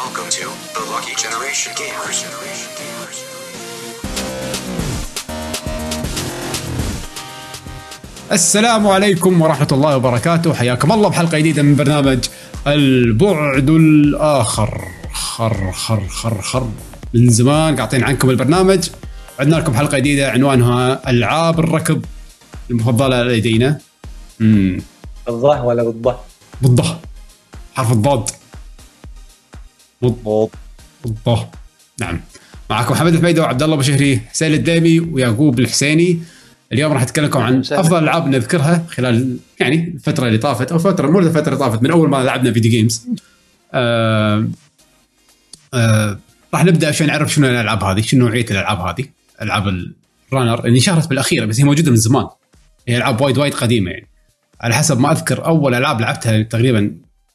Welcome to the Lucky Generation Gamers. السلام عليكم ورحمة الله وبركاته. حياكم الله بحلقة جديدة من برنامج البعد الآخر. خر من زمان قاعدين عنكم البرنامج. عندنا لكم حلقة جديدة عنوانها ألعاب الركض المفضلة لدينا. بالضه ولا بالضه؟ بالضه، حرف الضاد. بالضه. نعم، معكم محمد الحميدة وعبد الله بشهري، حسين الديمي ويعقوب الحسيني. اليوم راح نتكلم عن افضل العاب نذكرها خلال يعني الفتره اللي طافت، او فتره مو الفتره اللي طافت، من اول ما لعبنا فيديو جيمز. راح نبدا عشان نعرف شنو الالعاب هذه، شنو نوعيه الالعاب هذه. العاب الرانر اللي شهرت بالاخير، بس هي موجوده من زمان، هي العاب وايد قديمه. يعني على حسب ما اذكر اول العاب لعبتها تقريبا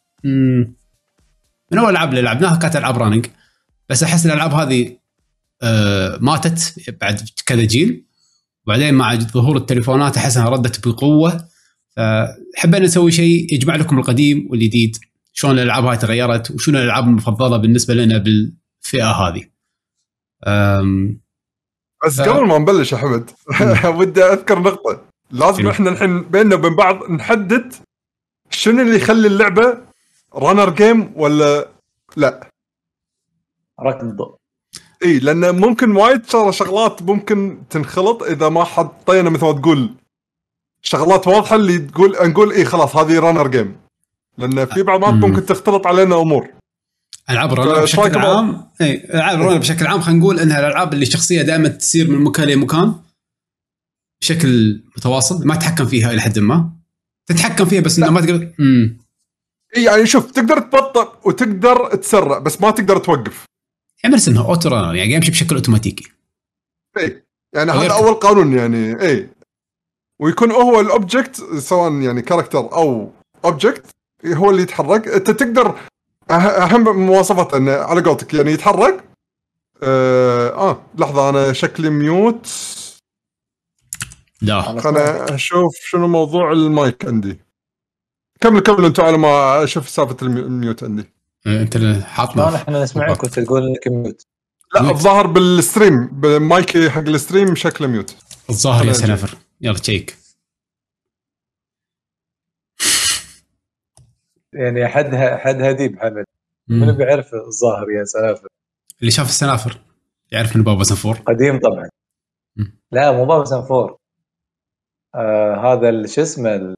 من اول العاب اللي لعبناها كانت العاب رانينج، بس احس الالعاب هذه ماتت بعد كذا جيل، وبعدين مع ظهور التليفونات احس انها ردت بقوه. فحبينا نسوي شيء يجمع لكم القديم والجديد، شلون الالعاب هاي تغيرت وشنو الالعاب المفضله بالنسبه لنا بالفئه هذه. بس قبل ما نبلش يا حمد ودي اذكر نقطه. لازم احنا الحين بيننا وبين بعض نحدد شنو اللي يخلي اللعبه رانر جيم ولا لا. ركض. اي لان ممكن وايد شغلات ممكن تنخلط اذا ما حطينا مثل ما تقول شغلات واضحه اللي نقول اي خلاص هذه رانر جيم، لان في بعض ممكن تختلط علينا امور. العاب الرانر بشكل عام، العاب الرانر بشكل عام خلينا نقول انها الالعاب اللي الشخصيه دائما تسير من مكان لمكان بشكل متواصل، ما تتحكم فيها الى حد ما، تتحكم فيها بس انه ما تقدر. يعني شوف، تقدر تبطئ وتقدر تسرع بس ما تقدر توقف. يعمل اسمها اوتو رانر، يعني يمشي بشكل اوتوماتيكي. اي يعني هذا اول قانون يعني. اي ويكون هو الاوبجكت، سواء يعني كاركتر او اوبجكت، هو اللي يتحرك. انت تقدر اهم مواصفات انه على قولتك يعني يتحرك. لحظه انا شكلي ميوت. لا خلنا اشوف شنو موضوع المايك عندي. كمل انتوا على ما اشوف سالفه الميوت عندي. انت اللي حاطنا احنا نسمعك وانت تقول لك ميوت. لا الظاهر بالستريم بالمايك حق الستريم شكله ميوت الظاهر يا سنافر. يلا تشيك. يعني حدها ديب حمد. من بيعرف الظاهر يا سنافر؟ اللي شاف السنافر يعرف من بابا سنفور قديم طبعا. لا مو بابا سنفور، هذا شو اسمه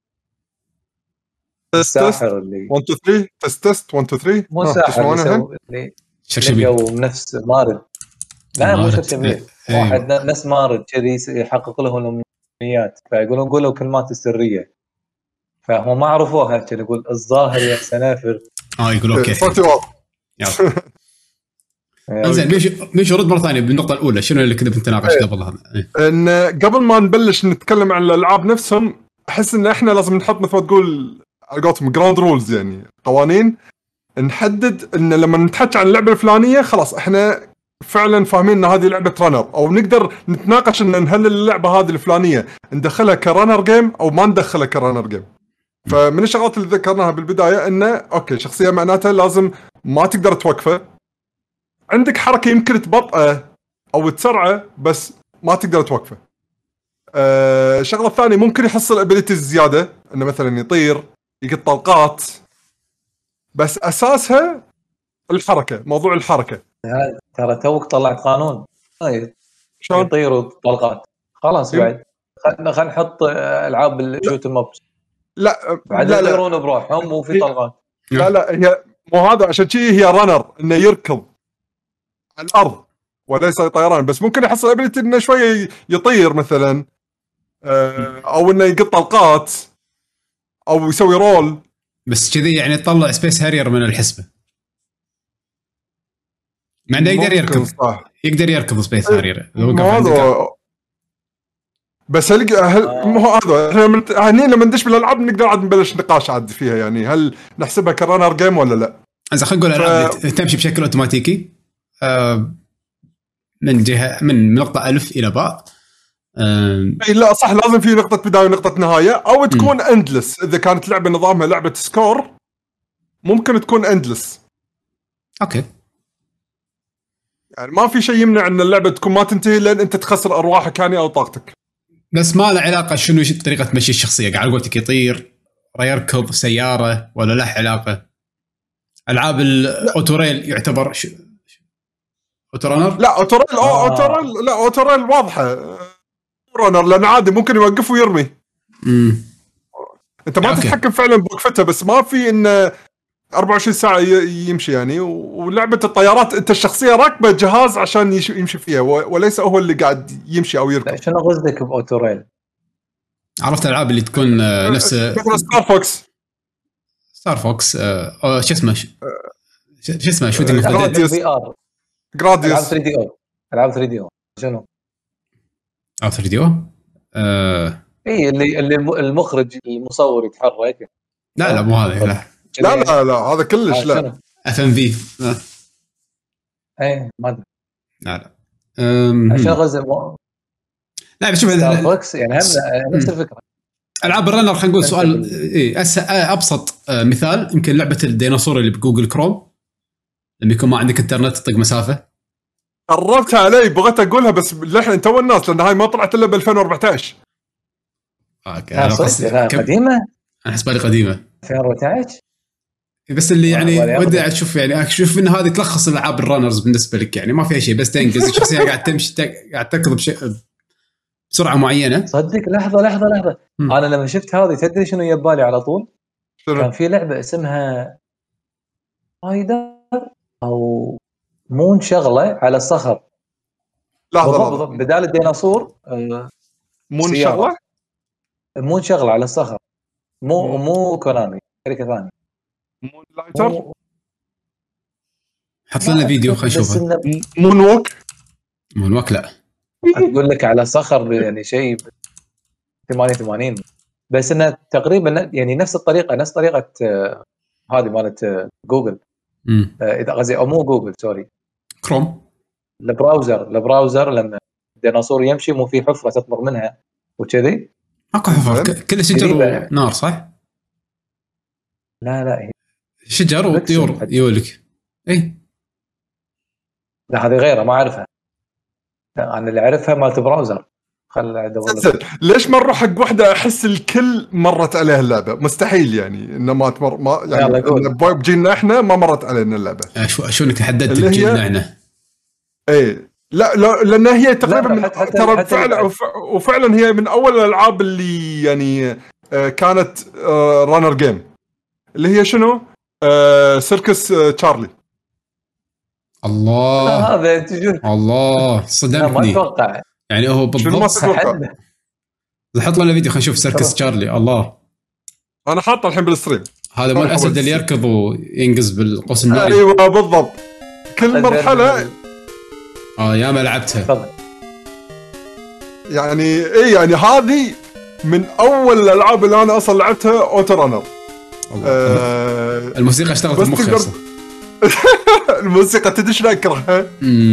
الساحر اللي 1 2 3 تست 1 2 3 مو ساحر اللي شرشبيل نفس مارد. لا مو شرشبيل، واحد نفس مارد كذي يحقق له الامنيات، فيقولون قولوا كلمات السريه، فهم ما عرفوها. كذا يقول الظاهر يا سنافر. يقول اوكي صوتي واضح. انزين مش رد مره ثانيه بالنقطه الاولى. شنو اللي كنا بنتناقش قبل هذا؟ ان قبل ما نبلش نتكلم عن الالعاب نفسهم، احس ان احنا لازم نحط مثل ما تقول على قولتهم جراوند رولز، يعني قوانين نحدد ان لما نتحكي عن اللعبه الفلانيه خلاص احنا فعلا فاهمين ان هذه لعبه رانر، او نقدر نتناقش ان هل اللعبه هذه الفلانيه ندخلها كرانر جيم او ما ندخلها كرانر جيم. فمن الشغلات اللي ذكرناها بالبدايه انه اوكي شخصيه معناتها لازم ما تقدر توقفه، عندك حركه يمكن تبطئه او تسرعه بس ما تقدر توقفه. الشغله الثانيه ممكن يحصل ابيليتيز زياده، انه مثلا يطير، يقط طلقات، بس اساسها الحركه، موضوع الحركه. ترى توك طلعت قانون يطيروا طلقات خلاص. بعد خلينا نحط العاب الشوت الموبس. لا بعد يطيرون بروحهم وفي طلقات. لا هي مو هذا، عشان شيء هي رانر انه يركض على الارض وليس طيران، بس ممكن يحصل ابيليتي انه شويه يطير مثلا، او انه يقط طلقات او يسوي رول، بس كذي يعني تطلع سبيس هارير من الحسبه. ما عنده يقدر يركض صح. يقدر يركض سبيس هارير بس هل مو هذا احنا لما ندش بالالعاب نقدر عاد نبلش نقاش عاد فيها، يعني هل نحسبها كرانر جيم ولا لا. اذا خلينا نقول الالعاب تمشي بشكل اوتوماتيكي من جهه من نقطه الف الى باء. لا صح، لازم في نقطه بدايه ونقطه نهايه، او تكون اندلس. اذا كانت لعبه نظامها لعبه سكور ممكن تكون اندلس. اوكي يعني ما في شيء يمنع ان اللعبه تكون ما تنتهي لين انت تخسر ارواحك يعني او طاقتك. بس ما له علاقه شنو طريقه تمشي الشخصيه. قاعد قلت لك يطير يركض سياره ولا له علاقه. العاب الاوتوريل يعتبر اوتورانر؟ لا اوتوريل لا اوتوريل واضحه رونر لان عادي ممكن يوقف ويرمي. انت ما تتحكم فعلا بوقفتها بس ما في ان 24 ساعه يمشي يعني. ولعبه الطيارات انت الشخصيه راكبه جهاز عشان يمشي فيها وليس هو اللي قاعد يمشي او يركض. شنو قصدك باوتوريل؟ عرفت الالعاب اللي تكون نفس مثل ستار فوكس شو اسمه شوتنج في ار جراديوس العاب 3 دي او شنو 3 دي او اي اللي المخرج المصور يتحرك. لا مو هذا لا هذا كلش لا اف ام في اي ما ادري لا عشان غزه لا بشوف فوكس يعني هم نفس الفكره. العاب الرنر خلينا نقول سؤال ابسط مثال يمكن لعبه الديناصور اللي بجوجل كروم لما يكون ما عندك انترنت تطق مسافه. قربتها علي بغيت اقولها بس للحين تو الناس لان هاي ما طلعت الا ب 2014. قديمه انا احس بالي قديمه 2014 بس اللي يعني ودي اشوف يعني اشوف ان هذه تلخص الالعاب الرنرز بالنسبه لك يعني ما فيها شيء بس تنقز الشخصيه قاعد تمشي قاعد تركض بسرعه معينه. صدق لحظه انا لما شفت هذه تدري شنو يبالي على طول؟ كان في لعبه اسمها هايدر او مون شغله على الصخر. لحظه بدال الديناصور مون شغله على الصخر. مو كونامي شركه ثانيه. مون لايتر حط لنا فيديو خلينا نشوفه. مون ووك لا اقول لك على صخر يعني شيء 88 بس انها تقريبا يعني نفس طريقه هذه مالت جوجل. اذا قصدي او مو جوجل سوري كروم البراوزر لما الديناصور يمشي مو في حفره تطمر منها وكذي اكو حفر كل شجر نار صح؟ لا شجر وطيور يولك اي لا هذه غيرها ما اعرفها. انا اللي اعرفها مالت براوزر. خل ادور ليش ما نروح حق وحده احس الكل مرت عليها اللعبه مستحيل يعني انه ما تمر ما يعني بجينا احنا ما مرت علينا اللعبه. شو انك حددت بجينا احنا؟ ايه لا لان هي تقريبا ترى فعلا هي من اول الالعاب اللي يعني كانت رانر جيم اللي هي شنو سيركس تشارلي. الله هذا تجون الله صدمني ما اتوقع يعني هو بالضبط. حط لنا فيديو خلينا نشوف سيركس تشارلي. الله انا حاطه الحين بالستريم. هذا مو الاسد اللي يركض وينقز بالقوس الناري. ايوه بالضبط كل مرحله يا ما لعبتها يعني ايه يعني هذه من اول الالعاب اللي انا اصلا لعبتها اوتورانر. الموسيقى اشتغلت بمخي اصلا. الموسيقى تدش اكرهها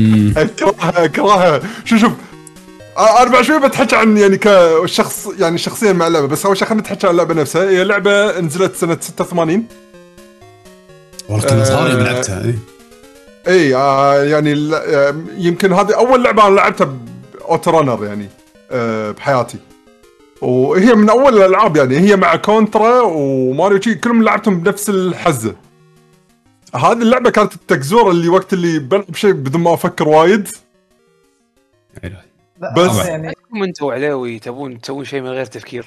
شوف انا بعد شوي بتحكي عن يعني كشخص يعني شخصيا مع اللعبه بس اول شيء خلينا نتحكي عن اللعبه نفسها. هي لعبه نزلت سنه 86 والله كنا صغار يوم لعبتها. اي يعني يمكن هذه اول لعبه انا لعبتها اوتورانر يعني بحياتي وهي من اول الالعاب يعني هي مع كونترا وماريو شي كلهم لعبتهم بنفس الحزه. هذه اللعبه كانت التكزوره اللي وقت اللي بلعب شيء بدون ما افكر وايد بس يعني انتوا علاوي تبون تسوون شيء من غير تفكير.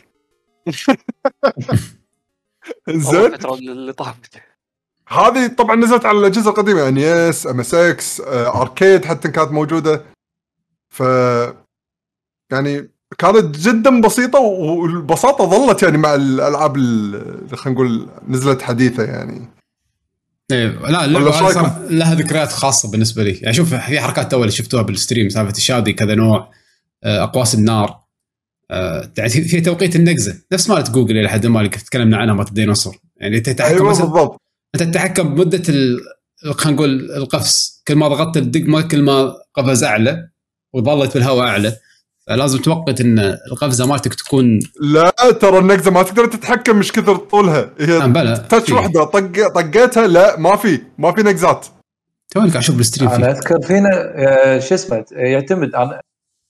زين اللي طافت هذه طبعا نزلت على الاجهزه القديمه يعني اس ام اس اكس اركيد حتى كانت موجوده. ف يعني كانت جدا بسيطه والبساطه ظلت يعني مع الالعاب اللي خلينا نقول نزلت حديثه يعني. ايه لا اللعبه لها ذكريات خاصه بالنسبه لي يعني. شوف في حركات اول شفتوها بالستريم سالفه الشادي كذا نوع اقواس النار في توقيت النقزه نفس مالت جوجل الى حد ما اللي تكلمنا عنها مالت الديناصور يعني تتحكم. أيوة بالضبط انت تتحكم بمده خلينا نقول القفز. كل ما ضغطت الدقمه كل ما قفز اعلى وظلت في الهواء اعلى. لازم توقت ان القفزه مالتك تكون لا ترى النقزه ما تقدر تتحكم مش كثر طولها. هي تاتش واحده طقيتها لا ما في نقزات توني قاعد اشوف بالستريم انا فيه. اذكر فينا شو اسمه يعتمد على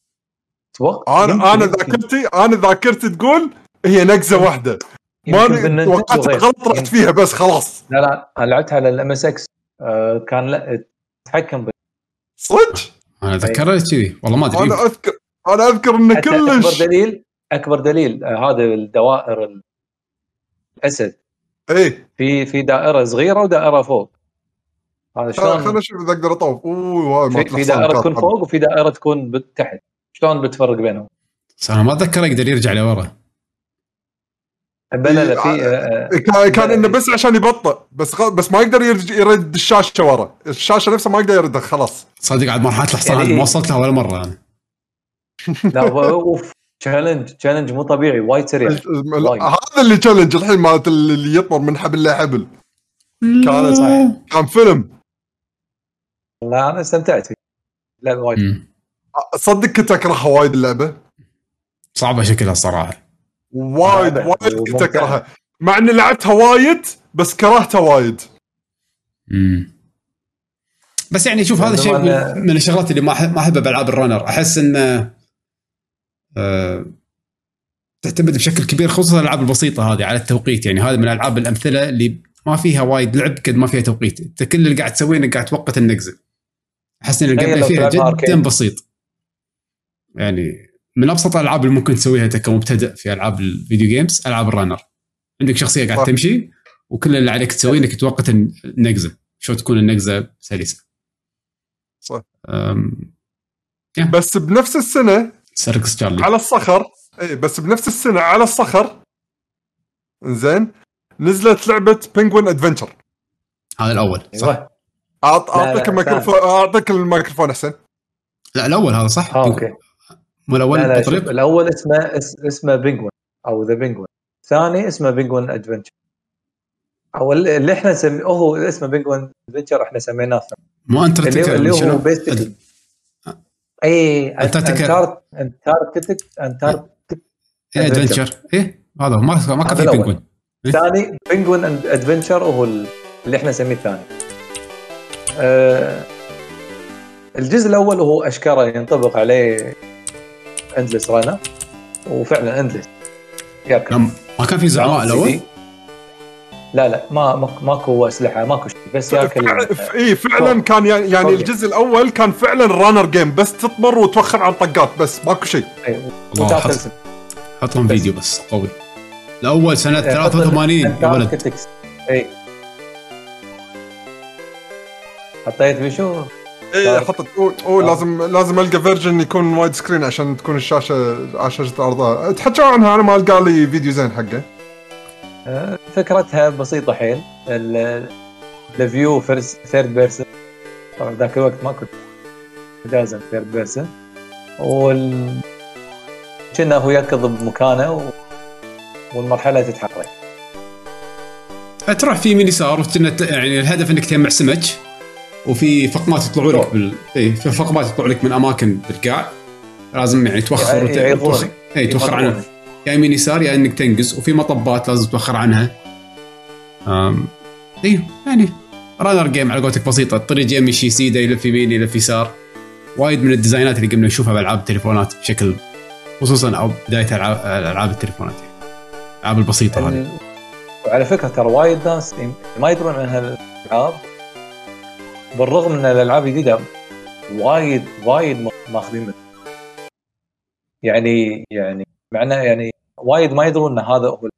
انا ذاكرتي تقول هي نقزه واحده، ما وقعت غلط رحت فيها بس خلاص. لا انا لعبتها على الام اس اكس، كان لا تتحكم صدق. انا ذكرت كذي والله ما ادري. انا اذكر انه كلش اكبر دليل هذا الدوائر الاسد. ايه في دائره صغيره ودائره فوق. هذا شلون؟ خلينا نشوف اذا اقدر اطوف. هاي ما في دائره تكون فوق وفي دائره تكون تحت، شلون بتفرق بينهم؟ انا ما اتذكر يقدر يرجع لورا. بلا في كان انه بس عشان يبطئ، بس ما يقدر يرد الشاشه ورا، الشاشه نفسها ما يقدر يردها خلاص. صدق عاد مرحله الحصان هذه ما وصلت لها ولا مره انا. لا اوف تشالنج مو طبيعي، وايد سريع. هذا اللي تشالنج الحين مالت اللي يطمر من حبل لحبل. كان صح، كان فيلم. لا انا استمتعت فيه. لا وايد صدق كنت اكرهها وايد اللعبه، صعبه شكلها الصراحه وايد كنت اكرهها، مع اني لعبتها وايد بس كرهتها وايد. بس يعني شوف هذا الشيء من الشغلات اللي ما احبها بالعاب الرنر. احس انه تعتمد بشكل كبير خصوصا الالعاب البسيطه هذه على التوقيت. يعني هذا من الالعاب الامثله اللي ما فيها وايد لعب قد ما فيها توقيت. انت كل اللي قاعد تسويه انك قاعد توقت النقزه. احس ان الجيم فيها جدا بسيط، يعني من ابسط الالعاب اللي ممكن تسويها انت كمبتدئ في العاب الفيديو جيمز. العاب الرنر عندك شخصيه قاعد تمشي وكل اللي عليك تسويه انك توقت النقزه، شو تكون النقزه سلسه. صح. بس بنفس السنه سيركس تشارلي على الصخر. اي بس بنفس السنه على الصخر زين نزلت لعبه بينجوين ادفنتشر. هذا الاول صح. اعطيك الميكروفون احسن. لا الاول هذا صح. اوكي مو الاول بطريق. الاول اسمه بينجوين او ذا بينجوين، الثاني اسمه بينجوين ادفنتشر، او اللي احنا نسميه هو اسمه بينجوين ادفنتشر احنا سميناه مو انترتيكا اللي هو بيستيك. اي انتاركتيك ادفنتشر. ايه هذا ما كان في بينجوين. الثاني بينجوين ادفنتشر وهو اللي احنا نسميه الثاني. الجزء الاول هو اشكره ينطبق عليه اندلس رانا، وفعلا اندلس ما كان في زعماء الاول. لا ماكو اسلحه ماكو شيء، بس ياكل. اي فعلا كان يعني الجزء الاول كان فعلا رانر جيم، بس تطمر وتوخر عن طقات بس ماكو شيء. حط لهم فيديو بس قوي. الاول سنه 83 يا ولد. اي حطيت بشو. ايه حطت. لازم القى فيرجن يكون وايد سكرين عشان تكون الشاشه على شاشه عرضها. تحكوا عنها، انا ما القى لي فيديو زين حقه. فكرتها بسيطه حيل. الفيو ثيرد بيرسون، طبعا ذاك الوقت ما كنت مجازا ثيرد بيرسون، كنا هو يركض بمكانه والمرحله تتحرك. تروح في يمين يسار يعني الهدف انك تجمع سمك، وفي فقمات يطلعوا لك في فقمات يطلعوا لك من اماكن بالقاع، لازم يعني توخر توخر عنها يا يمين يسار يا انك تنقز، وفي مطبات لازم توخر عنها. يعني رانر جيم على قولتك بسيطه. الطريق يمشي سيده يلف يمين يلف يسار. وايد من الديزاينات اللي قمنا نشوفها بالعاب التليفونات بشكل خصوصا او بدايه العاب التليفونات، يعني الالعاب البسيطه هذه. وعلى فكره ترى وايد ناس ما يدرون عن هالالعاب، بالرغم ان الالعاب الجديده وايد ماخذين منه. يعني معناه يعني وايد ما يدرون ان هذا هو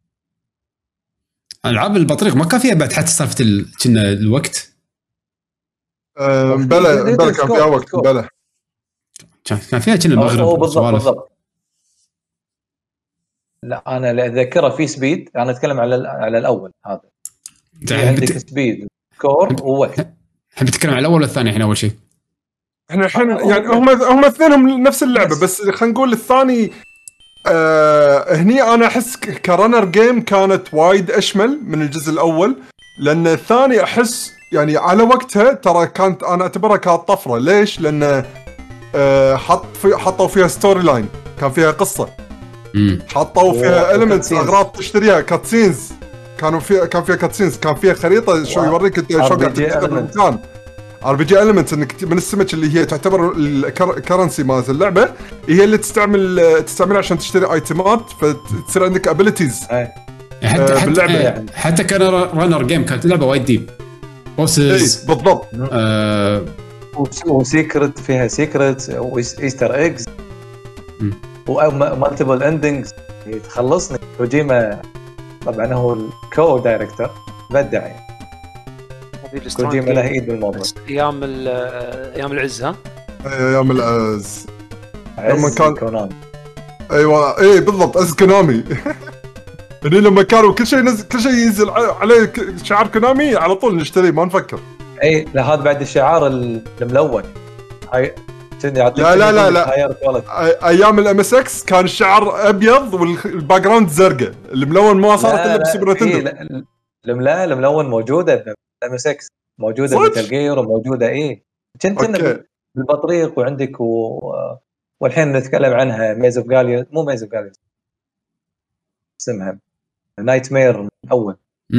العاب البطريق. ما كان فيها بعد حتى سالفه كنا الوقت. بلا كان فيها وقت. بلا كان فيها كنا المغرب بالضبط. لا انا اللي اذكره في سبيد. انا اتكلم على الاول هذا. عندك سبيد كور ووقت. الحين بتتكلم على الاول والثاني. الحين اول شيء احنا الحين يعني هم اثنينهم نفس اللعبه، بس خلينا نقول الثاني هني انا احس كرنر جيم كانت وايد اشمل من الجزء الاول، لان الثاني احس يعني على وقتها ترى كانت انا اعتبرها كانت طفره. ليش؟ لان حطوا فيها ستوري لاين، كان فيها قصه، حطوا فيها elements اغراض تشتريها، كاتسينز كان فيها كاتسينز، كان فيها خريطه شو يوريك انت شو قاعد تكتب المكان. RPG Elements انك من السمك اللي هي تعتبر الكرنسي مال اللعبه، هي اللي تستعملها عشان تشتري ايتمات، فتصير عندك ابيليتيز حتى كان رانر جيم، كانت لعبه وايد ديب بوسز بالضبط. وسيكرت فيها سيكرت وايستر ايجز ومالتيبل اندنجز تخلصني. كوجيما طبعا هو الكو دايركتور بدع يعني. كوجيما له ايد بالموضوع. ايام العز ها ايام العز لما كان كونامي. ايوه اي بالضبط عز كونامي. اللي لما كانوا كل شيء ينزل عليه شعار كونامي على طول نشتريه ما نفكر. اي لا هذا بعد الشعار الملون هاي لا ايام الام اس اكس كان الشعار ابيض والباك جراوند زرقاء، الملون ما صارت الا بالسوبر نتندو. الملون موجوده الام اس اكس، موجوده بميتال جير وموجوده كنت بالبطريق وعندك والحين نتكلم عنها ميز اوف جاليا، مو ميز اوف جاليا اسمها نايت مير الاول.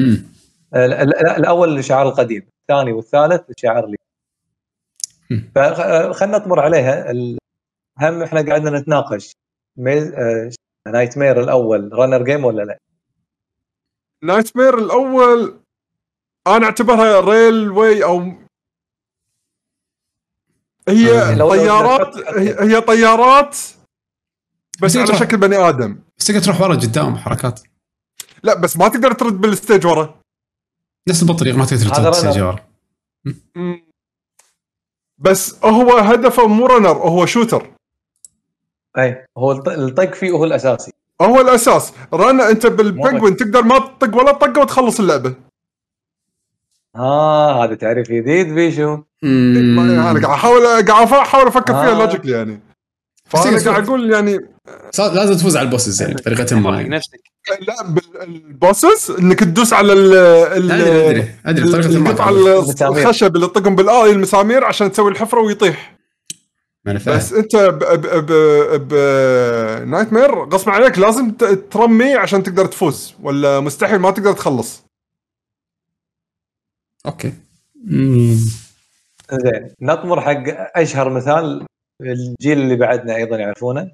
الاول الشعار القديم، الثاني والثالث الشعار اللي فخلنا نطمر عليها. هم احنا قاعدنا نتناقش نايت مير الاول رانر جيم ولا لا؟ نايت مير الاول انا اعتبرها ريل واي او هي طيارات، هي طيارات بس على شكل بني ادم، بس تقدر تروح ورا قدام حركات. لا بس ما تقدر ترد بالستيج ورا، نفس البطريق ما تقدر ترد بالستيج ورا. بس هو هدفه مو رنر، هو شوتر. اي هو الطق فيه هو الاساسي، هو الاساس. رن انت بالبنجوين تقدر ما تطق ولا طقه وتخلص اللعبه. هذا تعريف جديد بيشو. انا قاعد احاول افكر فيها لوجيكلي يعني. فانا قاعد اقول يعني لازم تفوز على البوسز يعني بطريقه ما نفسك. لا بالبوسز انك تدوس على ادري بطريقه ما على الخشب اللي تطقهم بالاي المسامير عشان تسوي الحفره ويطيح. بس انت ب نايت مير غصب عليك لازم ترمي عشان تقدر تفوز، ولا مستحيل ما تقدر تخلص. اوكي زين نطمر حق اشهر مثال الجيل اللي بعدنا ايضا يعرفونه.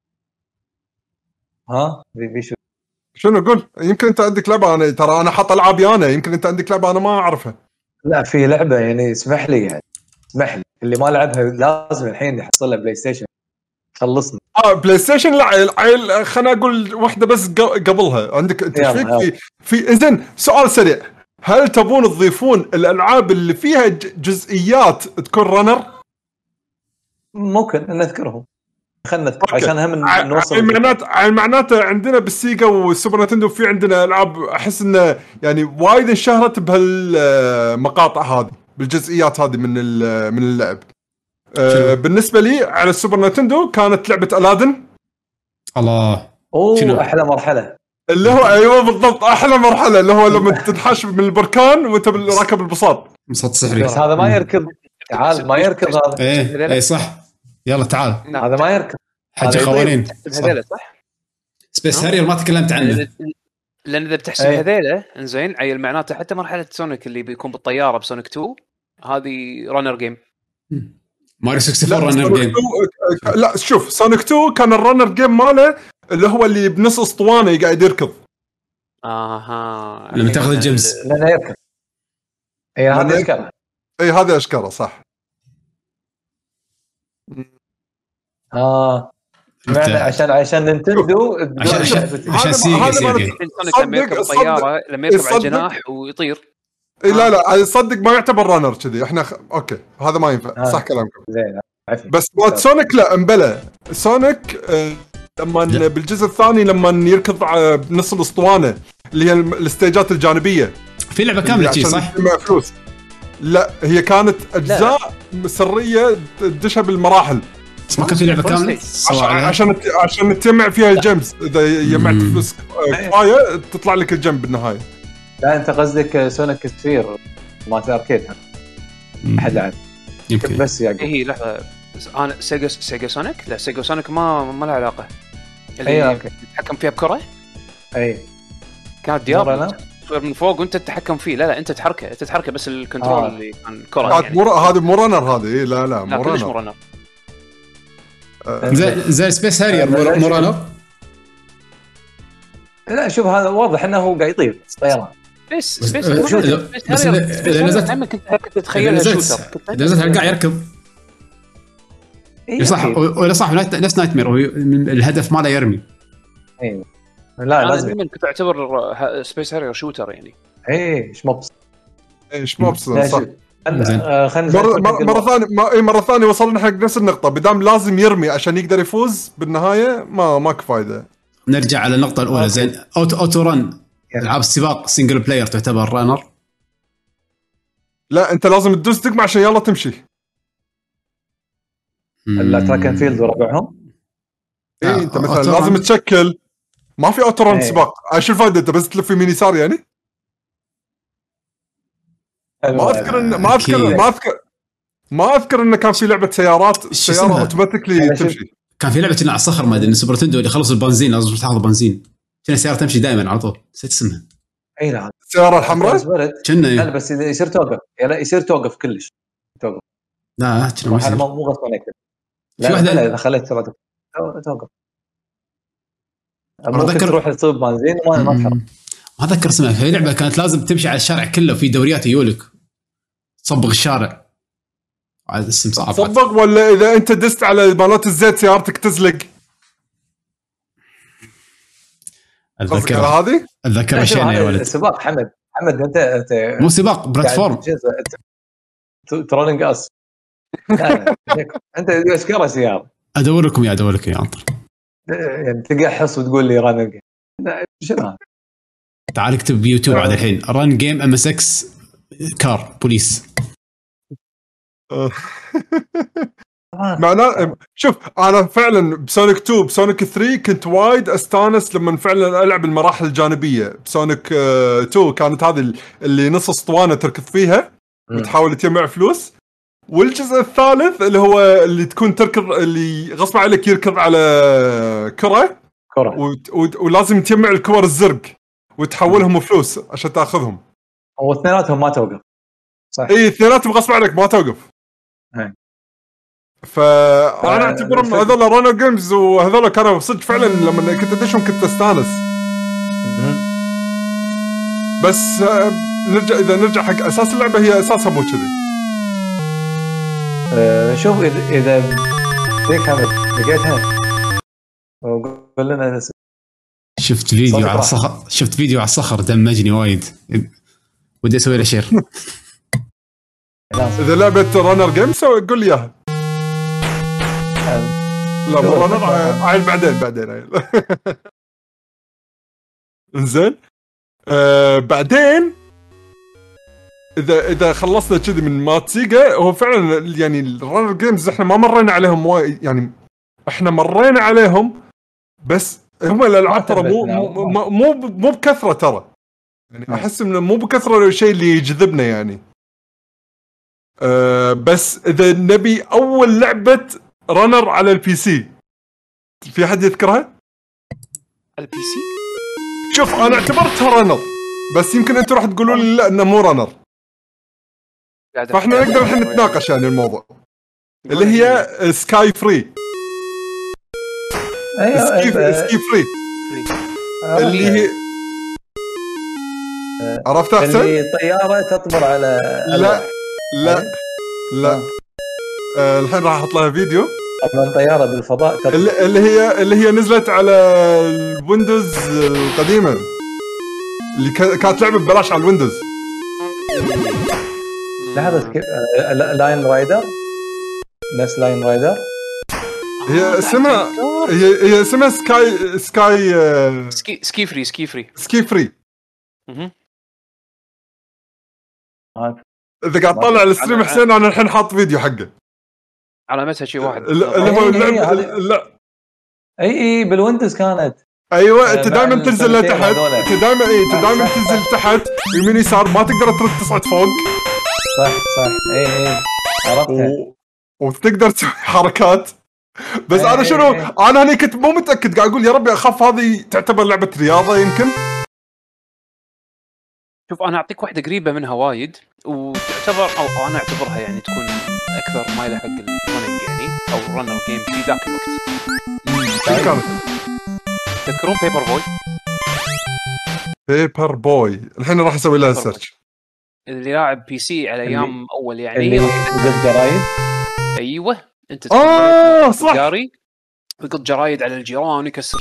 بيشو شنو اقول؟ يمكن انت عندك لعبه، انا ترى انا حاط العابي انا، يمكن انت عندك لعبه انا ما اعرفها. لا في لعبه يعني اسمح لي اللي ما لعبها لازم الحين يحصلها بلاي ستيشن خلصنا. بلاي ستيشن لا عيل خلنا اقول واحده بس قبلها عندك انت في زين. سؤال سريع، هل تبون تضيفون الالعاب اللي فيها جزئيات تكون رنر؟ ممكن نذكرهم، خلنا نذكر عشان هم نوصل. معناته عندنا بالسيجا والسوبر نتندو في عندنا العاب احس انه يعني وايد انشهرت بهالمقاطع هذه بالجزئيات هذه من اللعب. بالنسبه لي على السوبر نتندو كانت لعبه ألادن. الله احلى مرحله اللي هو ايوه بالضبط احلى مرحله اللي هو لما تنحش من البركان وانت راكب البساط سحري. بس هذا ما يركض. تعال ما يركض هذا. ايه صح يلا تعال. هذا ما يركض حاجه قوانين هذيله صح. سبيس هارير ما تكلمت عنه لان اذا بتحسب هذيله انزين عيل معناته حتى مرحله سونيك اللي بيكون بالطياره بسونيك 2 هذه رانر جيم. ماريو 64 رانر جيم. لا شوف سونيك 2 كان الرانر جيم ماله اللي هو اللي بنص اسطوانه قاعد يركض. لما تاخذ الجيمز لانه يركض. هذا اشكاله. هذا اشكاله صح. عشان نينتندو عشان سيجا الطياره لما يركب على الجناح ويطير. لا صدق ما يعتبر رانر كذي. احنا اوكي هذا ما ينفع. صح كلامكم. بس سونيك لا امبلا سونيك لما بالجزء الثاني لما يركض بنص الاسطوانه اللي هي الاستيجات الجانبيه في لعبه كامله شيء صح. فلوس. لا هي كانت اجزاء سريه تدشها بالمراحل. ما كانت لعبه كامله عشان تجمع فيها الجيمز. اذا جمعت فلوس كفايه تطلع لك الجيم بالنهايه. لا انت قصدك سونيك سفير ما اركيد احد لعب يمكن بس هي لحظه. انا سيجا سونيك لا سيجا سونيك ما له علاقه. اللي تتحكم فيها بكره. اي كانت ديابلو. من فوق وانت تتحكم فيه. لا انت تتحركه بس الكنترول اللي كان كره يعني. هذه مو رانر هذه. لا مو رانر. زي سبيس هارير مو رانر. لا شوف هذا واضح انه هو قاعد يطير طيران. بس اذا نزلت كنت تتخيلها شوتر. اذا نزلت قاعد يركض صح ولا صح. نفس نايت مير الهدف ماله يرمي. ايوه لا لازم كنت اعتبر سبيس هارير شوتر يعني. ايش مبس صح. خلينا مرة ثانية وصلنا حق نفس النقطة. بدام لازم يرمي عشان يقدر يفوز بالنهاية ما فايدة. نرجع على النقطة الأولى. زين اوتو رن العاب السباق سنجل بلاير تعتبر رانر؟ لا انت لازم تدوس دقمة عشان يلا تمشي. لا تراك اند فيلد وربعهم. انت مثلا لازم تشكل. ما في اوتو رن سباق. ايش الفائدة؟ انت بس تلف يمين يسار يعني. ما اذكر انه كان في لعبه سياره اوتوماتيكلي تمشي. كان في لعبه على الصخر ما ادري سوبر تندو اللي خلص البنزين لازم تاخذ بنزين. كنا سياره تمشي دائما على طول. نسيت اسمها. اي نعم السياره الحمراء كنا لا بس اذا يصير توقف يصير توقف كلش توقف. لا كنا مو غصب عليك. لا اذا خليت توقف ممكن تروح تصيب بنزين وما تحرك. ما أذكر اسمها. هي لعبة كانت لازم تمشي على الشارع كله في دوريات يولك تصبغ الشارع. هذا اسم صعب. تصبغ ولا إذا أنت دست على مالات الزيت سيارتك تزلق. أتذكر هذه. أتذكر شيء يا ولد. سباق حمد أنت مو سباق بلاتفورم. ترولينج أس. أنت أشكره سيارة. أدور لكم يا أنطر. يعني تقحص وتقول لي ران جيم. شنو تعال اكتب بيوتيوب على الحين ران جيم ام اس اكس كار بوليس. معناه شوف انا فعلا بسونيك 2 بسونيك 3 كنت وايد استانس لما فعلا العب المراحل الجانبيه. بسونيك 2 كانت هذه اللي نص اسطوانه تركض فيها وتحاول تجمع فلوس. والجزء الثالث اللي هو اللي تكون تركض اللي غصب عليك يركض على كره ولازم تجمع الكور الزرق وتحولهم فلوس عشان تاخذهم. واثنيناتهم ما توقف صح. اي اثنيناتهم غصب عليك ما توقف. فانا اعتبرهم هذول رانر جيمز وهذول كانوا صدق فعلا لما كنت ادشهم كنت استانس. بس اذا نرجع حق اساس اللعبه هي اساسها مو كذي. شوف اذا فيك حمد لقيتها وقول لنا شفت فيديو على الصخر دمجني وايد. ودي اسوي له شير. اذا لعبه رانر جيم قول لي اياها. لا مو رانر عيل بعدين عيل. انزين بعدين اذا خلصنا كذي من مات سيجا. هو فعلا يعني الرانر جيمز احنا ما مرينا عليهم يعني احنا مرينا عليهم بس هم الالعاب ترى مو بكثره ترى يعني. احس انه مو بكثره الشيء اللي يجذبنا يعني. بس اذا نبي اول لعبه رانر على البي سي في حد يذكرها؟ البي سي شوف انا اعتبرتها رانر بس يمكن انتم راح تقولوا لي لا انه مو رانر. فاحنا نقدر الحين نتناقش عن الموضوع اللي هي سكاي فري. سكي فري اللي هي عرفت احسن اللي طياره تطبر على لا الحين راح احط لها فيديو من طياره بالفضاء اللي هي نزلت على الويندوز القديمه اللي كانت لعبه ببلاش على الويندوز. لحظه لاين رايدر ناس لاين رايدر هي اسمها سكي فري. اذا قاعد طالع الستريم حسين انا الحين حاط فيديو حقه علامتها شيء واحد اللي هو لا اي بالويندوز كانت. ايوه انت دائما تنزل لتحت. انت دائما تنزل تحت يمين يسار ما تقدر تصعد فوق. صح اي عرفتها وتقدر تسوي حركات. بس انا شنو انا هني كنت مو متاكد قاعد اقول يا ربي اخاف هذه تعتبر لعبه رياضه يمكن شوف انا اعطيك واحده قريبه منها وايد وتعتبر او انا اعتبرها يعني تكون اكثر مايله حق الرننج يعني او رنر جيم في ذاك الوقت. تذكرون بيبر بوي الحين راح اسوي لها سيرش. اللي لاعب بي سي على ايام اول يعني اللي يقط جرايد. ايوه انت صح جاري يقط جرايد على الجيران يكسر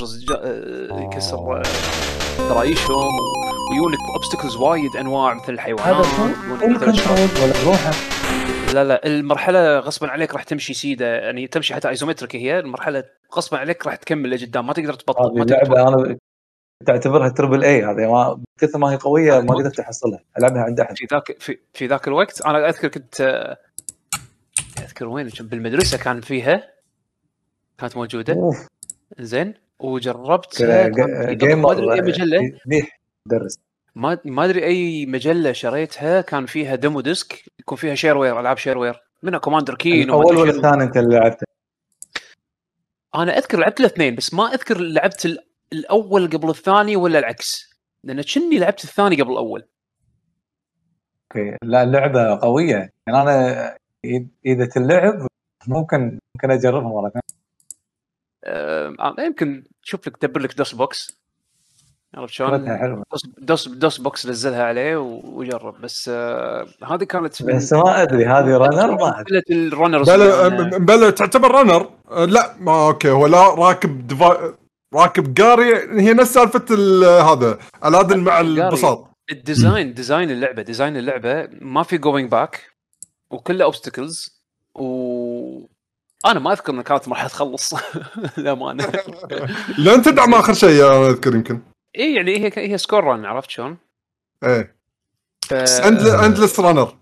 درايشهم ويونك اوبستكلز وايد انواع مثل الحيوانات ولا روحه. لا المرحله غصبا عليك راح تمشي سيده يعني تمشي حتى ايزومتريك هي المرحله غصبا عليك راح تكمل لقدام ما تقدر تبطل. ما اللعبه انا تعتبرها تربل اي هذه ما كثر ما هي قويه ما قدرت احصلها العبها عند احد في ذاك الوقت. انا اذكر كنت اذكر وين بالمدرسه كان فيها كانت موجوده زين وجربت جيمر ما ادري اي مجله درس ما ادري اي مجله شريتها كان فيها ديمو ديسك يكون فيها شيروير العاب شيروير منها كوماندر كين اول ولا الثاني انت اللي لعبته؟ انا اذكر لعبت الاثنين بس ما اذكر لعبت الاول قبل الثاني ولا العكس لان كني لعبت الثاني قبل الاول. اوكي لا اللعبه قويه يعني انا اذا اللعب ممكن اجربها مره ثانيه. يمكن شوف لك دبر لك دوس بوكس عرفت شلون دوس بوكس نزلها عليه وجرب بس هذه كانت بس ما ادري هذه رانر ما الرانرز بلا تعتبر رانر لا ما اوكي هو لا راكب قاري هي نفس سالفه هذا الادن مع البساط. ديزاين اللعبه ما في جوينج باك وكله اوبستكلز انا ما اذكر انها كانت مرحله تخلص للامانه. لا انت تدعم اخر شيء انا اذكر يمكن اي يعني هي سكور ران عرفت شلون ايه اندلس رانر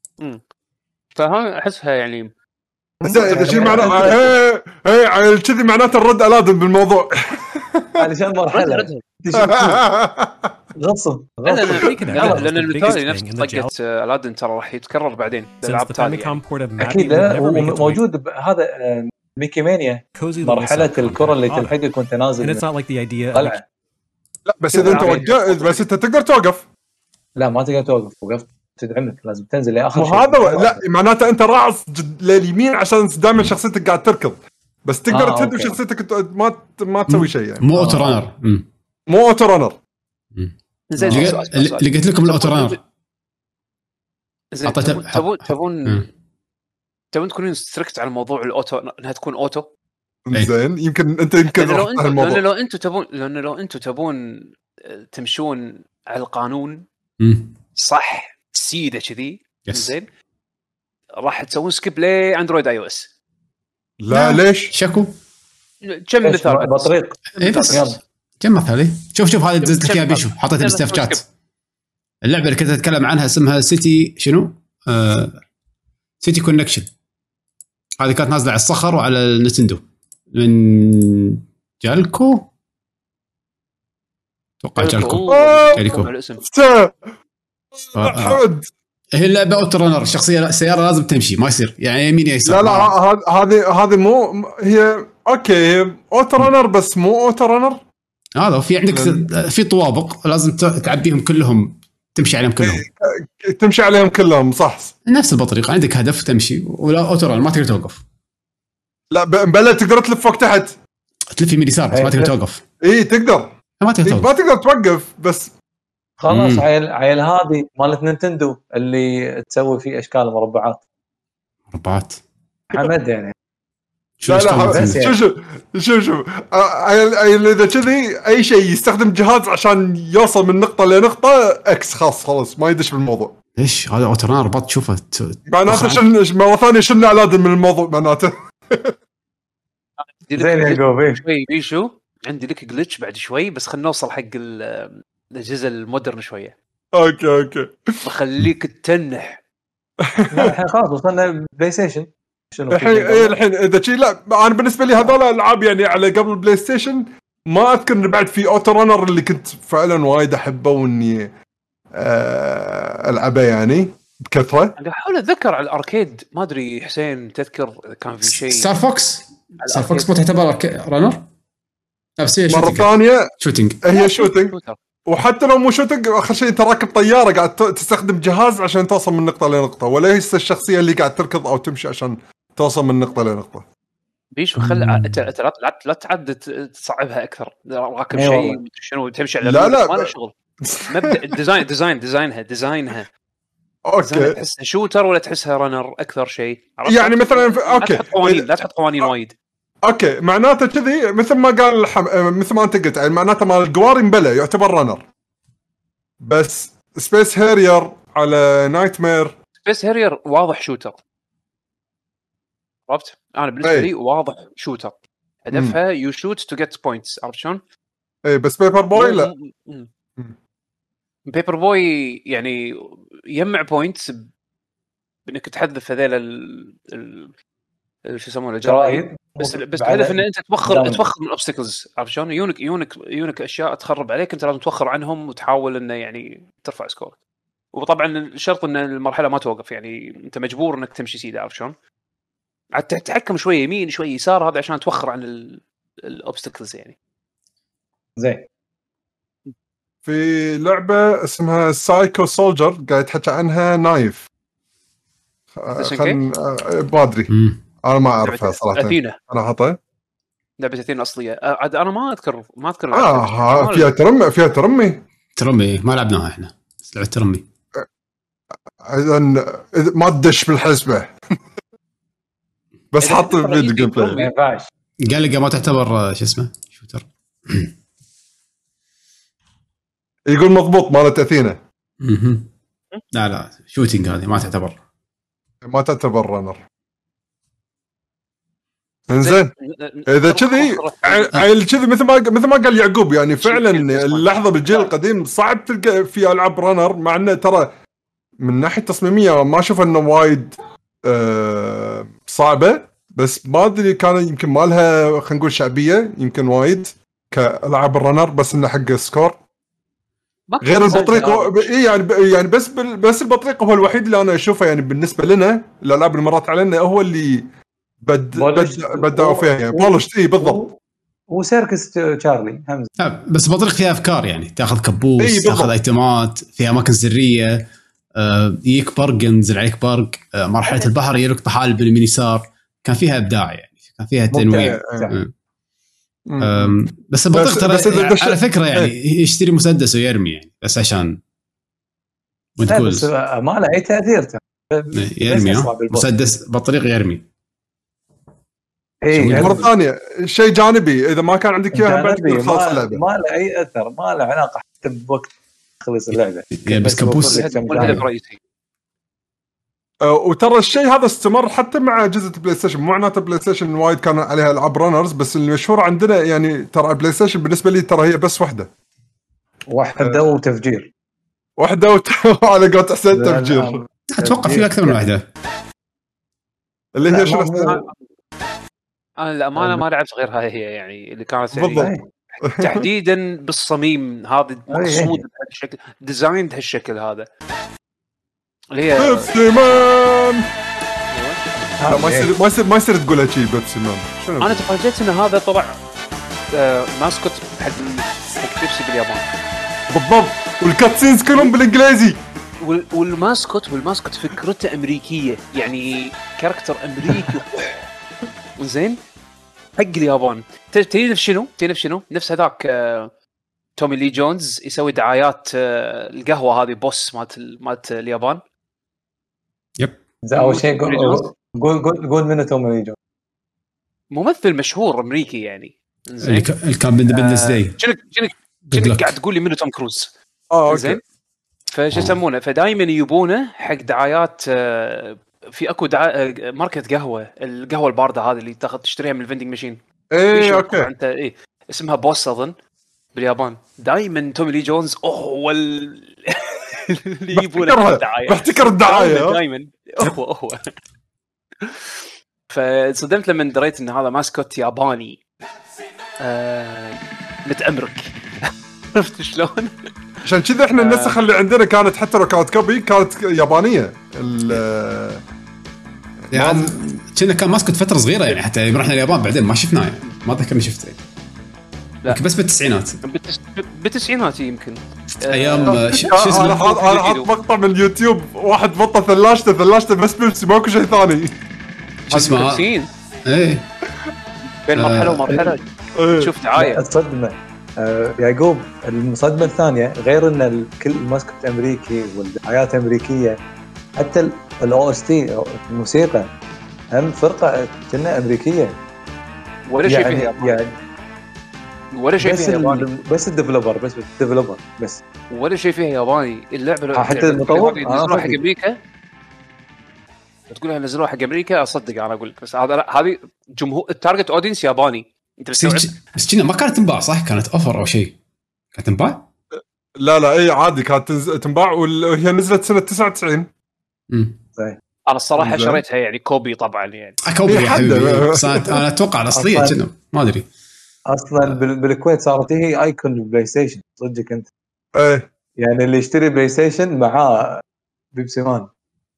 فها احسها يعني اذا شيء معناه ايه كذي معناته الرد الادم بالموضوع علشان مرحله غصب لان المثال نفس طقه الادن ترى راح يتكرر بعدين بالالعاب التاليه اكيد موجود هذا ميكي مانيا مرحله الكره اللي تلحقك وانت نازل طلع. لا بس اذا انت وقفت بس انت تقدر توقف. لا ما تقدر توقف وقفت تدعمك لازم تنزل لاخر شيء. هذا لا معناته انت راعص لليمين عشان دائما شخصيتك قاعد تركض بس تقدر تهدي شخصيتك ما تسوي شيء يعني مو اوتو رانر مو اوتو رانر زين اللي قلت لكم الاوتو رانر تبون تكونين ستريكت على موضوع الاوتو انها تكون اوتو زين يمكن لو انتم تبون تمشون على القانون صح سيده كذي زين راح تسوون سكيب لاندرويد اي او اس. لا ليش شكو كم مثال بطريق بس كم مثال شوف هذه نزلت لك يا بيشو حطيتها بالستاف اللعبه اللي كنت اتكلم عنها اسمها سيتي شنو سيتي كونكشن. هذه كانت نازله على الصخر وعلى النتندو من جالكو توقع جالكو هي اللعبه اوتو رانر شخصيه سياره لازم تمشي ما يصير يعني يمين يسار. لا هذه مو هي اوكي اوتو رانر بس مو اوتو رانر. هذا في عندك في طوابق لازم تعبيهم كلهم تمشي عليهم كلهم صح نفس البطريقه عندك هدف تمشي ولا اوتو رانر ما تقدر توقف. لا بلا تقدر تلف فوق تحت تلف يمين يسار بس ما تقدر توقف. اي تقدر ما تقدر توقف بس خلاص عيل هذه مالت نينتندو اللي تسوي فيه اشكال مربعات حمد يعني شوف اذا كذي اي شيء يستخدم جهاز عشان يوصل من نقطه لنقطه اكس خلاص ما يدش بالموضوع. ايش هذا اوتو رانر ربط تشوفه معناته مره ثانيه شلنا على من الموضوع معناته زين يا جوبي شوي بيشو عندي لك جلتش بعد شوي بس خلينا نوصل حق الجزء المودرن شويه. اوكي بخليك تتنح. الحين خلاص وصلنا بلاي ستيشن الحين اذا شيء لا انا بالنسبه لي هذول الالعاب يعني على قبل بلاي ستيشن ما اذكر ان بعد في اوتو رانر اللي كنت فعلا وايد احبه واني العبه يعني بكثره. انا احاول اتذكر على الاركيد ما ادري حسين تذكر كان في شيء ستار فوكس مو تعتبر رانر نفسيه مره ثانيه شوتينج هي شوتينج وحتى لو مو شوتر اخر شيء انت راكب طياره قاعد تستخدم جهاز عشان توصل من نقطه لنقطه، وليس الشخصيه اللي قاعد تركض او تمشي عشان توصل من نقطه لنقطه. بيشو لا تعد تصعبها اكثر، راكب أيوة شيء والله. شنو تمشي على لا ما له شغل. مبدا ديزاينها ديزاينها اوكي تحسها شوتر ولا تحسها رانر اكثر شيء. يعني مثلا اوكي لا تحط قوانين وايد. اوكي معناته كذي مثل ما قال مثل ما انت قلت، يعني معناته مال القواري مبلى يعتبر رانر، بس سبيس هيرير على نايت مير. سبيس هيرير واضح شوتر، عرفت؟ انا بالنسبه لي واضح شوتر، هدفها يو شوت تو جيت بوينتس، عرفت شلون؟ اي بس بيبر بوي لا. بيبر بوي يعني يجمع بوينتس بانك تحذف هذيل شو يسمونه الجرائد، بس بهدف ان انت توخر من اوبستكلز، عرفت شلون؟ يونك اشياء تخرب عليك، انت لازم توخر عنهم وتحاول انه يعني ترفع سكور. وطبعا الشرط ان المرحله ما توقف، يعني انت مجبور انك تمشي سيده، عرفت شلون؟ عاد تتحكم شويه يمين شويه يسار، هذا عشان توخر عن الاوبستكلز يعني. زين. في لعبه اسمها سايكو سولجر قاعد تحكي عنها نايف، ما ادري انا ما اعرفها صراحه. اثينا انا حاطه لعبه اثينا اصليه، عاد انا ما اذكر فيها ترمي ما لعبناها احنا، بس لعبه ترمي اذا ما تدش بالحسبه بس حط فيديو جيم بلاي ما ينفعش. قال لي ما تعتبر شو اسمه شوتر. يقول مضبوط مالت اثينا. لا شوتينج هذه ما تعتبر رانر. انزين اذا كذي كذي مثل ما قال يعقوب، يعني فعلا اللحظه بالجيل القديم صعب تلقى في العاب رانر، مع انه ترى من ناحيه تصميميه ما اشوف انه وايد صعبه، بس ما ادري كان يمكن ما لها خلينا نقول شعبيه يمكن وايد كالعاب الرانر، بس انه حق سكور غير البطريق. يعني بس البطريق هو الوحيد اللي انا اشوفه يعني بالنسبه لنا الالعاب اللي مرت علينا هو اللي بدأوا فيها يعني بولش. اي بالضبط. وسيركس تشارلي همزه. بس بطريق فيها افكار، يعني تاخذ كبوس تاخذ ايتمات فيها اماكن سريه، يجيك برق ينزل عليك برق، مرحله البحر يلك طحال باليمين يسار، كان فيها ابداع يعني، كان فيها تنويع. بس البطيق ترى على فكره يعني يشتري مسدس ويرمي يعني بس عشان وتقول بس ما له اي تاثير يرمي مسدس بطريق يرمي. اي مره ثانيه شيء جانبي اذا ما كان عندك اياه بعد خلاص اللعبه ما له اي اثر، ما له علاقه حتى بوقت خلص اللعبه بس كابوس هدف رئيسي. وترى الشيء هذا استمر حتى مع اجهزه البلاي ستيشن، مو معناته بلاي ستيشن وايد كان عليها العاب رانرز، بس المشهور عندنا يعني ترى البلاي ستيشن بالنسبه لي ترى هي بس واحده وتفجير واحده على قولة حسين تفجير. اتوقع في اكثر من واحده اللي هي شنو انا الامانه ما لعبت غيرها هي يعني اللي كانت يعني تحديدا بالصميم هذا مقصود بهالشكل ديزاين بهالشكل هذا اللي هي بيبسي مان. ما يصير تقولها شيء بيبسي مان. انا تفاجأت ان هذا طلع ماسكوت حق بيبسي باليابان بالضبط، والكاتسينز كلهم بالانجليزي، والماسكوت فكرته امريكيه يعني كاركتر امريكي زين حق اليابان. تعرف شنو نفس هذاك تومي لي جونز يسوي دعايات القهوه هذه بوس مالت اليابان. يب اول شيء قول منو تومي لي جونز؟ ممثل مشهور امريكي يعني زين كان بندس داي. شنو قاعد تقول لي منو توم كروز؟ زين فايش يسمونه، فدايما يجيبونه حق دعايات. في اكو ماركه قهوه، القهوه البارده هذه اللي تاخذ تشتريها من الفندنج ماشين. اوكي انت اسمها بوس اظن باليابان. دائما تومي لي جونز هو اللي يجيبونه الدعايه، بحتكر الدعايه دائما هو فصدمت لما دريت ان هذا ماسكوت ياباني متأمرك. عرفت شلون؟ عشان كذا احنا النسخه اللي عندنا كانت حتى لو كانت كوبي كانت يابانيه. يعني كنا كان ماسكوت فتره صغيره يعني، حتى رحنا اليابان بعدين ما شفناه يعني، ما ذكرني شفته. يمكن بس بالتسعينات بالتسعينات يمكن ايام شو انا اسمه حاط مقطع من اليوتيوب واحد بطل ثلاجته بس بيبسي ماكو شيء ثاني. شو اسمه ايه بين مرحله ومرحله شوف دعايه الصدمه. يعقوب المصدمه الثانيه غير ان الكل ماسكت امريكي والدعايات امريكيه، حتى الاو اس تي الموسيقى هم فرقه كنا امريكيه ولا شيء فيها يعني ولا شيء فيها ياباني، بس الديفلوبر بس ولا شيء فيها ياباني. اللعبه حتى المطور نزلوها حق امريكا، تقولها نزلوها حق امريكا اصدق انا اقول لك، بس هذه جمهور التارجت اودينس ياباني. انت بس كنا ما كانت تنباع صح؟ كانت اوفر او شيء كانت تنباع؟ لا اي عادي كانت تنباع وهي نزلت سنه 99. انا الصراحه شريتها يعني كوبي طبعا يعني كوبي يا حبيبي. انا اتوقع الاصليه كنا ما ادري اصلا بالكويت صارت هي ايكون بلاي ستيشن صدقك انت. ايه يعني اللي يشتري بلاي ستيشن معاه بيبسي مان.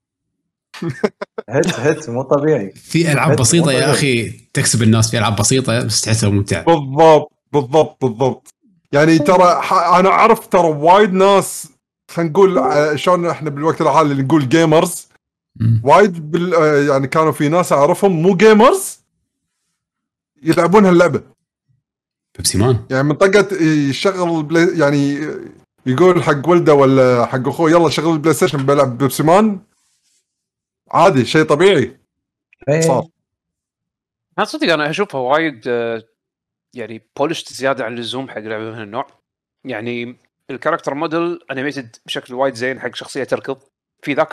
هت مو طبيعي. في العاب بسيطه يا اخي تكسب الناس، في العاب بسيطه بس تحسها ممتعه. بالضبط يعني ترى انا اعرف ترى وايد ناس خلينا نقول شلون احنا بالوقت الحالي اللي نقول جيمرز وايد يعني كانوا في ناس اعرفهم مو جيمرز يلعبون هاللعبه بيبسي مان. يعني منطقه يشغل يعني يقول حق ولده ولا حق اخوه يلا شغل البلاي ستيشن بلعب بيبسي مان عادي شيء طبيعي صار. انا صدق انا اشوفها وايد يعني بولشت زياده عن اللزوم حق لعبه من النوع. يعني الكاركتر موديل انيميتد بشكل وايد زين حق شخصيه تركض في ذاك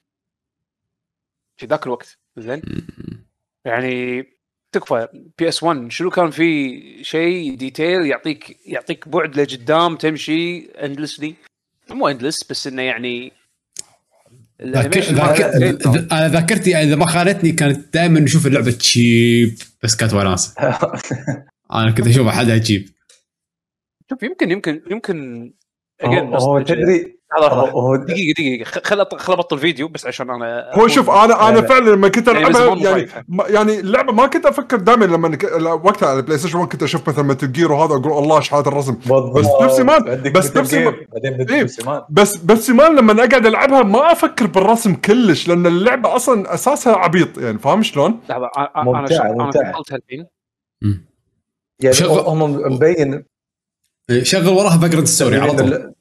الوقت زين. يعني تكفى PS1 شنو كان في شيء ديتيل يعطيك بعد لقدام تمشي اندلسلي، مو اندلس بس انه يعني انا ذاكرتي اذا ما خانتني كانت دائما نشوف اللعبه تشيب بس كانت وناسه. انا كنت اشوف احدها تشيب. شوف يمكن هو تدري دقيقه خل ابطل فيديو بس عشان انا هو شوف انا فعلا لما كنت العبها يعني اللعبه ما كنت افكر دائما لما وقتها على البلاي ستيشن 1 كنت اشوف مثلا متل جير وهذا اقول الله شحات الرسم بس بيبسي مان لما اقعد العبها ما افكر بالرسم كلش لان اللعبه اصلا اساسها عبيط يعني فاهم شلون؟ انا شغلتها الحين يعني هم مبين شغل وراها باك جراوند ستوري على طول.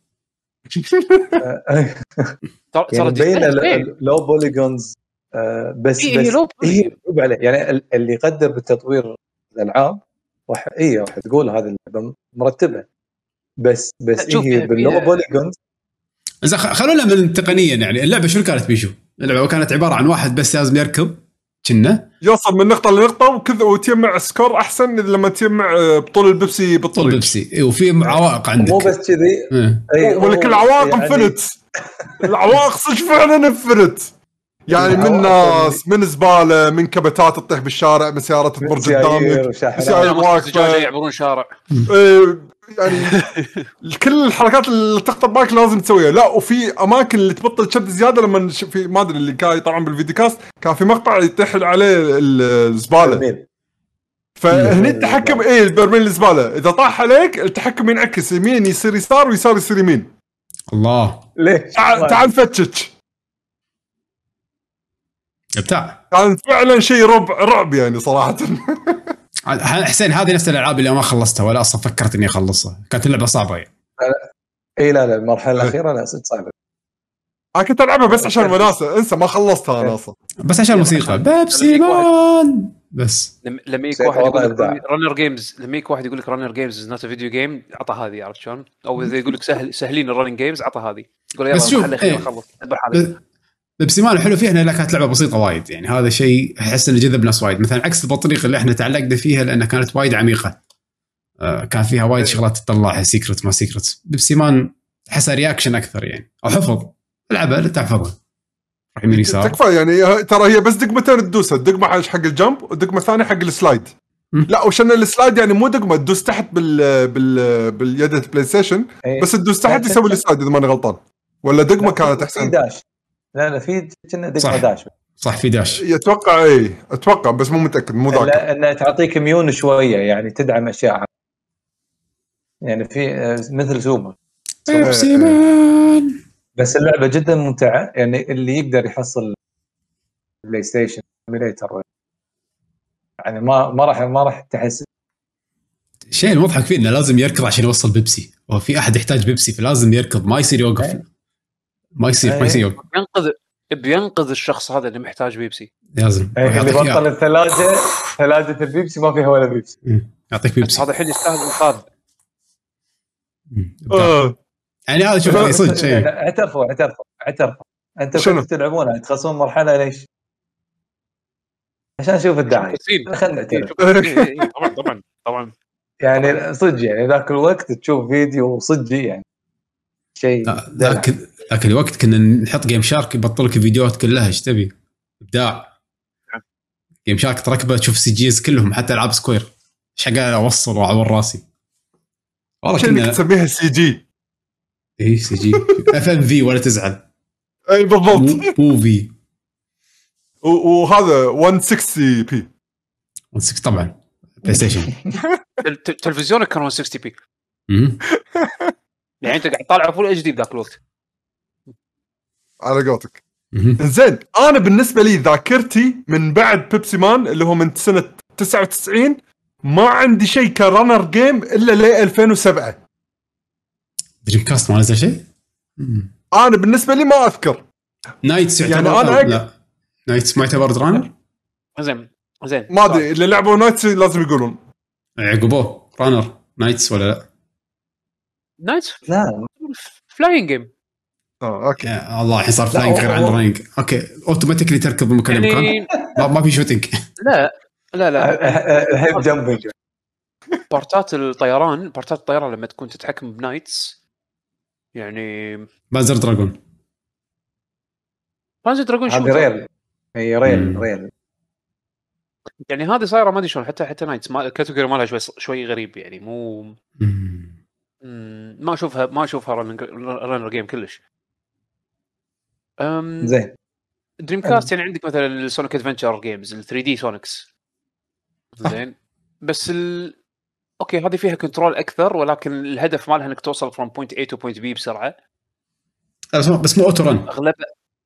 يعني بين لو بوليجونز بس عليه يعني اللي يقدر بالتطوير الالعاب راح تقول هذه اللعبه مرتبه بس هي باللو بوليجونز. اذا خلونا من تقنيا يعني اللعبه شو كانت بيشو؟ اللعبه كانت عباره عن واحد بس لازم يركض كنا يوصل من نقطه لنقطه وكذا وتجمع سكور احسن لما تجمع بطول البيبسي بالطريق البيبسي وفي عوائق عندك مو بس كذي ولك العوائق انفنت العوائق صدق فعلا انفنت يعني من ناس من زباله من كبتات تطيح بالشارع من سيارات تمر قدامك سيارات واقفه يعبرون شارع يعني كل الحركات اللي تخطر بالك لازم تسويها. لا وفي اماكن اللي تبطل شد زياده لما في ما ادري اللي كان طبعا بالفيديو كاست كان في مقطع يطيح عليه الزباله فهني التحكم البرميل الزباله اذا طاح عليك التحكم ينعكس يمين يصير يسار ويسار يصير يمين. الله ليه تعال فتش بتاع كان فعلا شيء رعب يعني صراحه. حسين هذه نفس الالعاب اللي ما خلصتها ولا اصلا فكرت اني اخلصها كانت اللعبه صعبه يعني. لا المرحله الاخيره لا صعبه. انا كنت العبها بس عشان وناسه انسى ما خلصتها انا اصلا بس عشان الموسيقى بيبسي مان بس. لما يجيك واحد يقول لك رانر جيمز لما يجيك واحد يقول لك رانر جيمز از نوت ا فيديو جيم عطى هذه عرفت شلون؟ او اذا يقول لك سهلين الرننج جيمز عطى هذه يقول يلا المرحله الاخيره خلص بيبسي مان حلو فيها انها كانت لعبه بسيطه وايد يعني هذا شيء احس انه جذب ناس وايد مثلا عكس البطريق اللي احنا تعلقنا فيها لانها كانت وايد عميقه كان فيها وايد شغلات تطلعها سيكرت ما سيكرت. بيبسي مان حسها رياكشن اكثر يعني او حفظ العبها لا تحفظها يمين يسار تكفى يعني ترى هي بس دقمتين تدوسها الدقمه حق الجمب والدقمه الثانيه حق السلايد. لا وشان السلايد يعني مو دقمه تدوس تحت باليد البلاي ستيشن بس تدوس تحت يسوي السلايد اذا ما انا غلطان ولا دقمه كانت احسن. لا في كنا دقمه داش صح في داش يتوقع اتوقع بس مو متاكد مو ذاك انها تعطيك ميون شويه يعني تدعم اشياء يعني في مثل سوبر بيبسي مان. بس اللعبه جدا ممتعه يعني اللي يقدر يحصل بلاي ستيشن ايميليتر يعني ما راح تحس. الشيء المضحك فيه انه لازم يركض عشان يوصل بيبسي، وفي احد يحتاج بيبسي فلازم يركض، ما يصير يوقف. ما يصير يوقف. بينقذ الشخص هذا اللي محتاج بيبسي. لازم اللي بطل ثلاجه البيبسي ما فيها ولا بيبسي. يعطيك بيبسي. هذا الحين يستاهل انقاذ. يعني هذا شوف صدق شيء. اعترفوا انتم كنتوا تلعبونها تخلصون مرحله ليش؟ عشان اشوف الدعايه. خلينا نعترف. طبعا يعني صدق يعني ذاك الوقت تشوف فيديو صدق يعني شيء. ذاك الوقت كنا نحط جيم شارك يبطل لك الفيديوهات كلها. ايش تبي؟ ابداع. جيم شارك تركبه تشوف سي جيز كلهم حتى العاب سكوير. ايش حق اوصل واعور راسي والله كنا تسميها سي جي. اي سي جي اف ام في ولا تزعل. اي بالضبط موفي. وهذا 160 بي 160 طبعا بلاي ستيشن. تلفزيونك كان 160 بي. يعني انت قاعد طالع فول اتش دي بذاك الوقت على قولتك. زين انا بالنسبه لي ذاكرتي من بعد بيبسي مان اللي هو من سنه 99 ما عندي شيء كرنر جيم الا ل 2007. دريم كاست ما نزل شيء. انا بالنسبه لي ما اذكر. نايتس يعني انا لا نايتس ما يعتبر رانر. زين ما ادري اللي لعبوا نايتس لازم يقولون عقبوه رانر نايتس ولا لا. نايتس لا فلاين جيم. اوكي يا الله الحين صار فلاينج غير عن رانينج. اوكي اوتوماتيكلي تركض من مكان لمكان. ما في شوتينج. لا هيب جامبينج. بارتات الطيران لما تكون تتحكم بنايتس يعني بانزر دراجون هذا ريل. هي ريل يعني هذه صايره ما ادري شلون. حتى نايتس الكاتيجوري مالها شوي غريب يعني مو ما اشوفها رانر جيم كلش. زين دريم كاست يعني عندك مثلا السونيك ادفنتشر جيمز ال 3 دي سونيكس زين بس اوكي هذه فيها كنترول اكثر ولكن الهدف مالها انك توصل from point A to point B بسرعه. بس مو اوتو رن اغلبها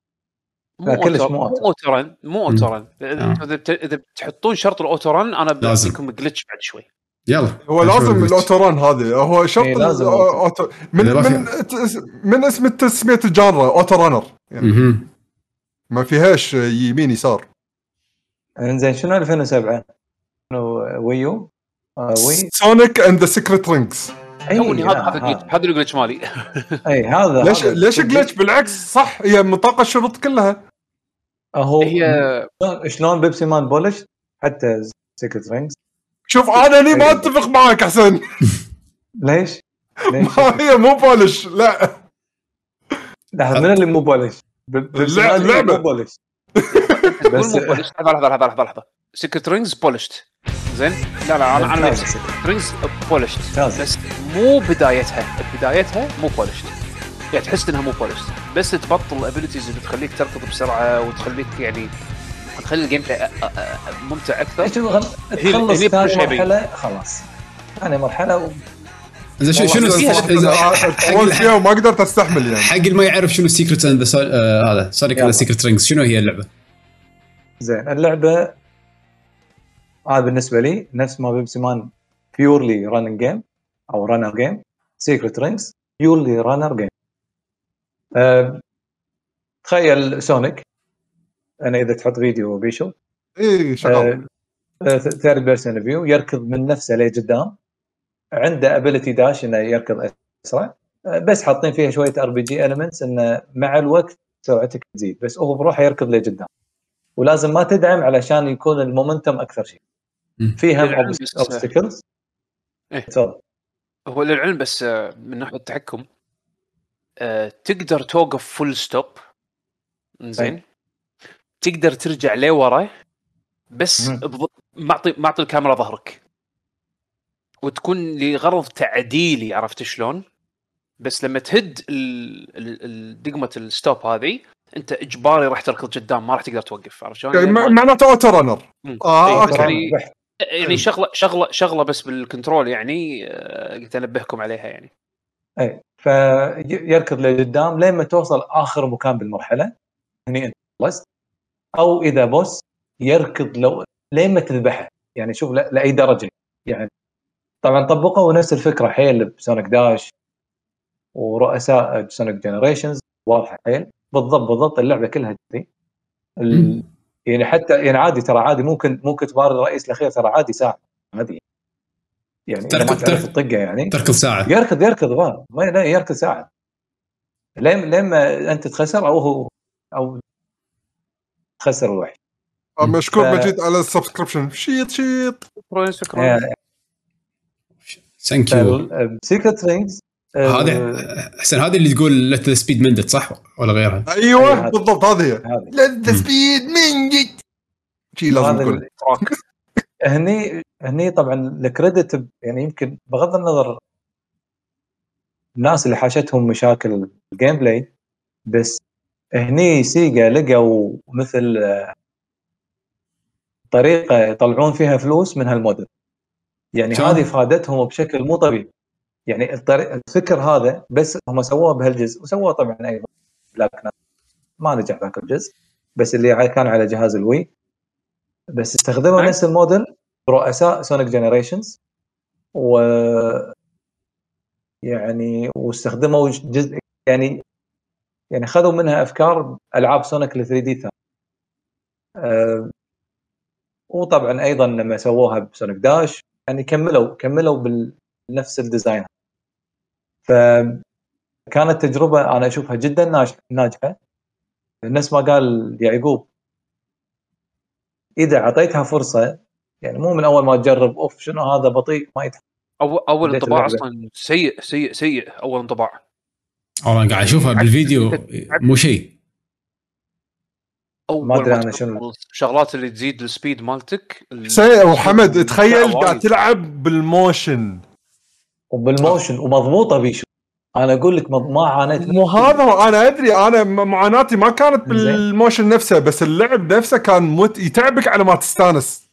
مو اوتو رن. اذا بتحطون شرط الاوتو رن انا بعطيكم جلتش بعد شوي. يلا هو لازم الاوتو رن هذا هو شرط الاوتو من اسم تسميه الجانرا اوتو رانر يعني ما فيهاش يمين يسار. انزين شنو 2007 ويو وي سونيك اند ذا سيكريت رينجز. هذا الجلتش مالي. اي هذا ليش جلتش بالعكس صح هي منطقه الشروط كلها. هي شلون بيبسي مان بولش حتى سيكريت رينجز. شوف انا لي ما اتفق معك حسن. ليش هي مو بولش لا من اللي مو بولش اللعبه مو بولش بس لحظه سيكريت رينجز بولشت زين. لا انا سيكريت رينجز بولشت بس مو بدايتها مو بولشت يعني تحس انها مو بولشت بس تبطل الابيليتيز اللي تخليك تركض بسرعه وتخليك يعني تخلي الجيم بلاي ممتع اكثر. تخلص ثاني مرحله خلاص ثاني مرحله اذا شنو اول شيء وما قدرت استحمل يعني حق اللي ما يعرف شنو سيكريت هذا سونيك اند سيكريت رينجز شنو هي اللعبه. زين اللعبه هذا بالنسبه لي نفس ما بيبسي مان بيورلي راننج جيم او رانر جيم. سيكريت رينجز بيورلي رانر جيم. تخيل سونيك انا اذا تحط فيديو بيشو شغال ثيرد بيرسون فيو يركض من نفسه لقدام عنده ابيليتي داش انه يركض اسرع بس حاطين فيها شويه ار بي جي اليمنتس انه مع الوقت سرعتك تزيد بس هو بروحه يركض لقدام ولازم ما تدعم علشان يكون المومنتم اكثر شيء. فيها اوبستكلز. تفضل. هو للعلم بس من ناحيه التحكم تقدر توقف فول ستوب زين تقدر ترجع لورا بس معطي الكاميرا ظهرك وتكون لغرض تعديلي عرفت شلون. بس لما تهد الدقمه الستوب هذه انت اجباري راح تركض قدام ما راح تقدر توقف عرفت شلون. معناته اوتو رانر. يعني يعني شغله بس بالكنترول يعني قلت انبهكم عليها يعني. اي فيركض لقدام لين ما توصل اخر مكان بالمرحله هني انت خلصت، او اذا بوس يركض لين ما تذبحه يعني. شوف لاي درجه يعني. طبعا طبقوا نفس الفكره حيل بسونيك داش ورؤساء سونيك جنريشنز، واضحه حيل بالضبط اللعبه كلها كذي. يعني حتى يعني عادي ترى عادي ممكن تباري الرئيس الاخير ترى عادي ساعه عادي يعني. اذا ما تعرف الطقه يعني تركض ساعه، يركض ما لا يركض ساعه لما انت تخسر او تخسر الوحش. مشكور مجيد على السبسكريبشن. شيط شكرا. ثانك يو. سيكرت رينجز هذا حسن، هذه اللي تقول لت ذا سبيد مندت صح ولا غيرها؟ ايوه بالضبط هذه هي لت ذا سبيد مندت. شيء لازم نقول هني طبعا الكريدت يعني يمكن بغض النظر الناس اللي حاشتهم مشاكل الجيم بلاي، بس هني سيجا لقوا مثل طريقه يطلعون فيها فلوس من هالموديل يعني. هذه فادتهم بشكل مو طبيعي يعني. الفكر هذا بس هم سووه بهالجزء، وسووه طبعا ايضا لكن ما نجح ذاك الجزء، بس اللي كان على جهاز الوي. بس استخدموا نفس الموديل رؤساء سونيك جنريشنز و يعني واستخدموا جزء يعني خذوا منها افكار العاب سونيك ل 3 دي ثاني. وطبعا ايضا لما سووها بسونيك داش يعني كملوا بنفس الديزاين. فكانت تجربه انا اشوفها جدا ناجحه. الناس ما قال يعقوب اذا اعطيتها فرصه يعني مو من اول ما تجرب اوف شنو هذا بطيء ما يتحمل. اول انطباع اصلا سيء اول انطباع. والله قاعد اشوفها بالفيديو مو شيء. ما ادري انا شنو الشغلات اللي تزيد السبيد مالتك سيء. وحمد تخيل قاعد تلعب بالموشن ومضبوطه بيشو. انا اقول لك ما عانيت مو هذا. انا ادري انا معاناتي ما كانت بالموشن نفسه، بس اللعب نفسه كان يتعبك على ما تستانس.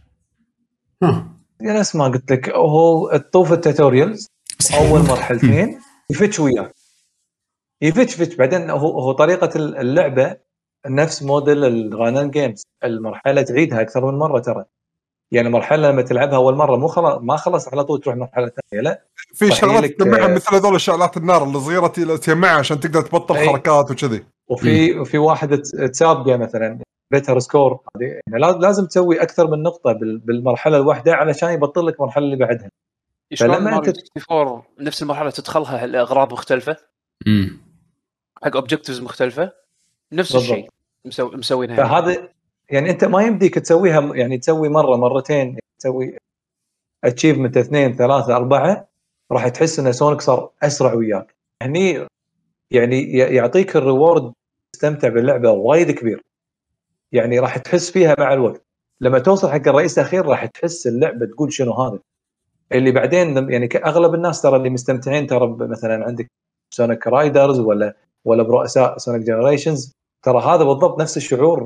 يا ناس ما قلت لك هو الطوف التوتوريالز اول مرحلتين يفتش وياك يفتش بعدين هو طريقه اللعبه نفس موديل الغانان جيمز. المرحله تعيدها اكثر من مره ترى يعني. مرحله لما تلعبها اول مره مو خلاص ما خلص على طول تروح مرحله ثانيه، لا في شغلات تجمعها مثل هذول الشعلات النار الصغيره تجمعها عشان تقدر تبطل حركات وكذي. وفي واحد تسابقه مثلا بيتر سكور يعني لازم تسوي اكثر من نقطه بالمرحله الواحده علشان يبطل لك المرحله اللي بعدها. فلما انت 64 نفس المرحله تدخلها الاغراض مختلفه حق اوبجكتيفز مختلفه نفس الشيء مسوينها. فهذا يعني انت ما يمديك تسويها يعني تسوي مره مرتين تسوي اتشيفمنت 2 3 4 راح تحس ان سونيك صار اسرع وياك. هني يعني يعطيك الريورد تستمتع باللعبه وايد كبير يعني. راح تحس فيها مع الوقت لما توصل حق الرئيس الاخير راح تحس اللعبه تقول شنو هذا اللي بعدين يعني. اغلب الناس ترى اللي مستمتعين ترى مثلا عندك سونيك رايدرز ولا برؤساء سونيك جنريشنز ترى هذا بالضبط نفس الشعور.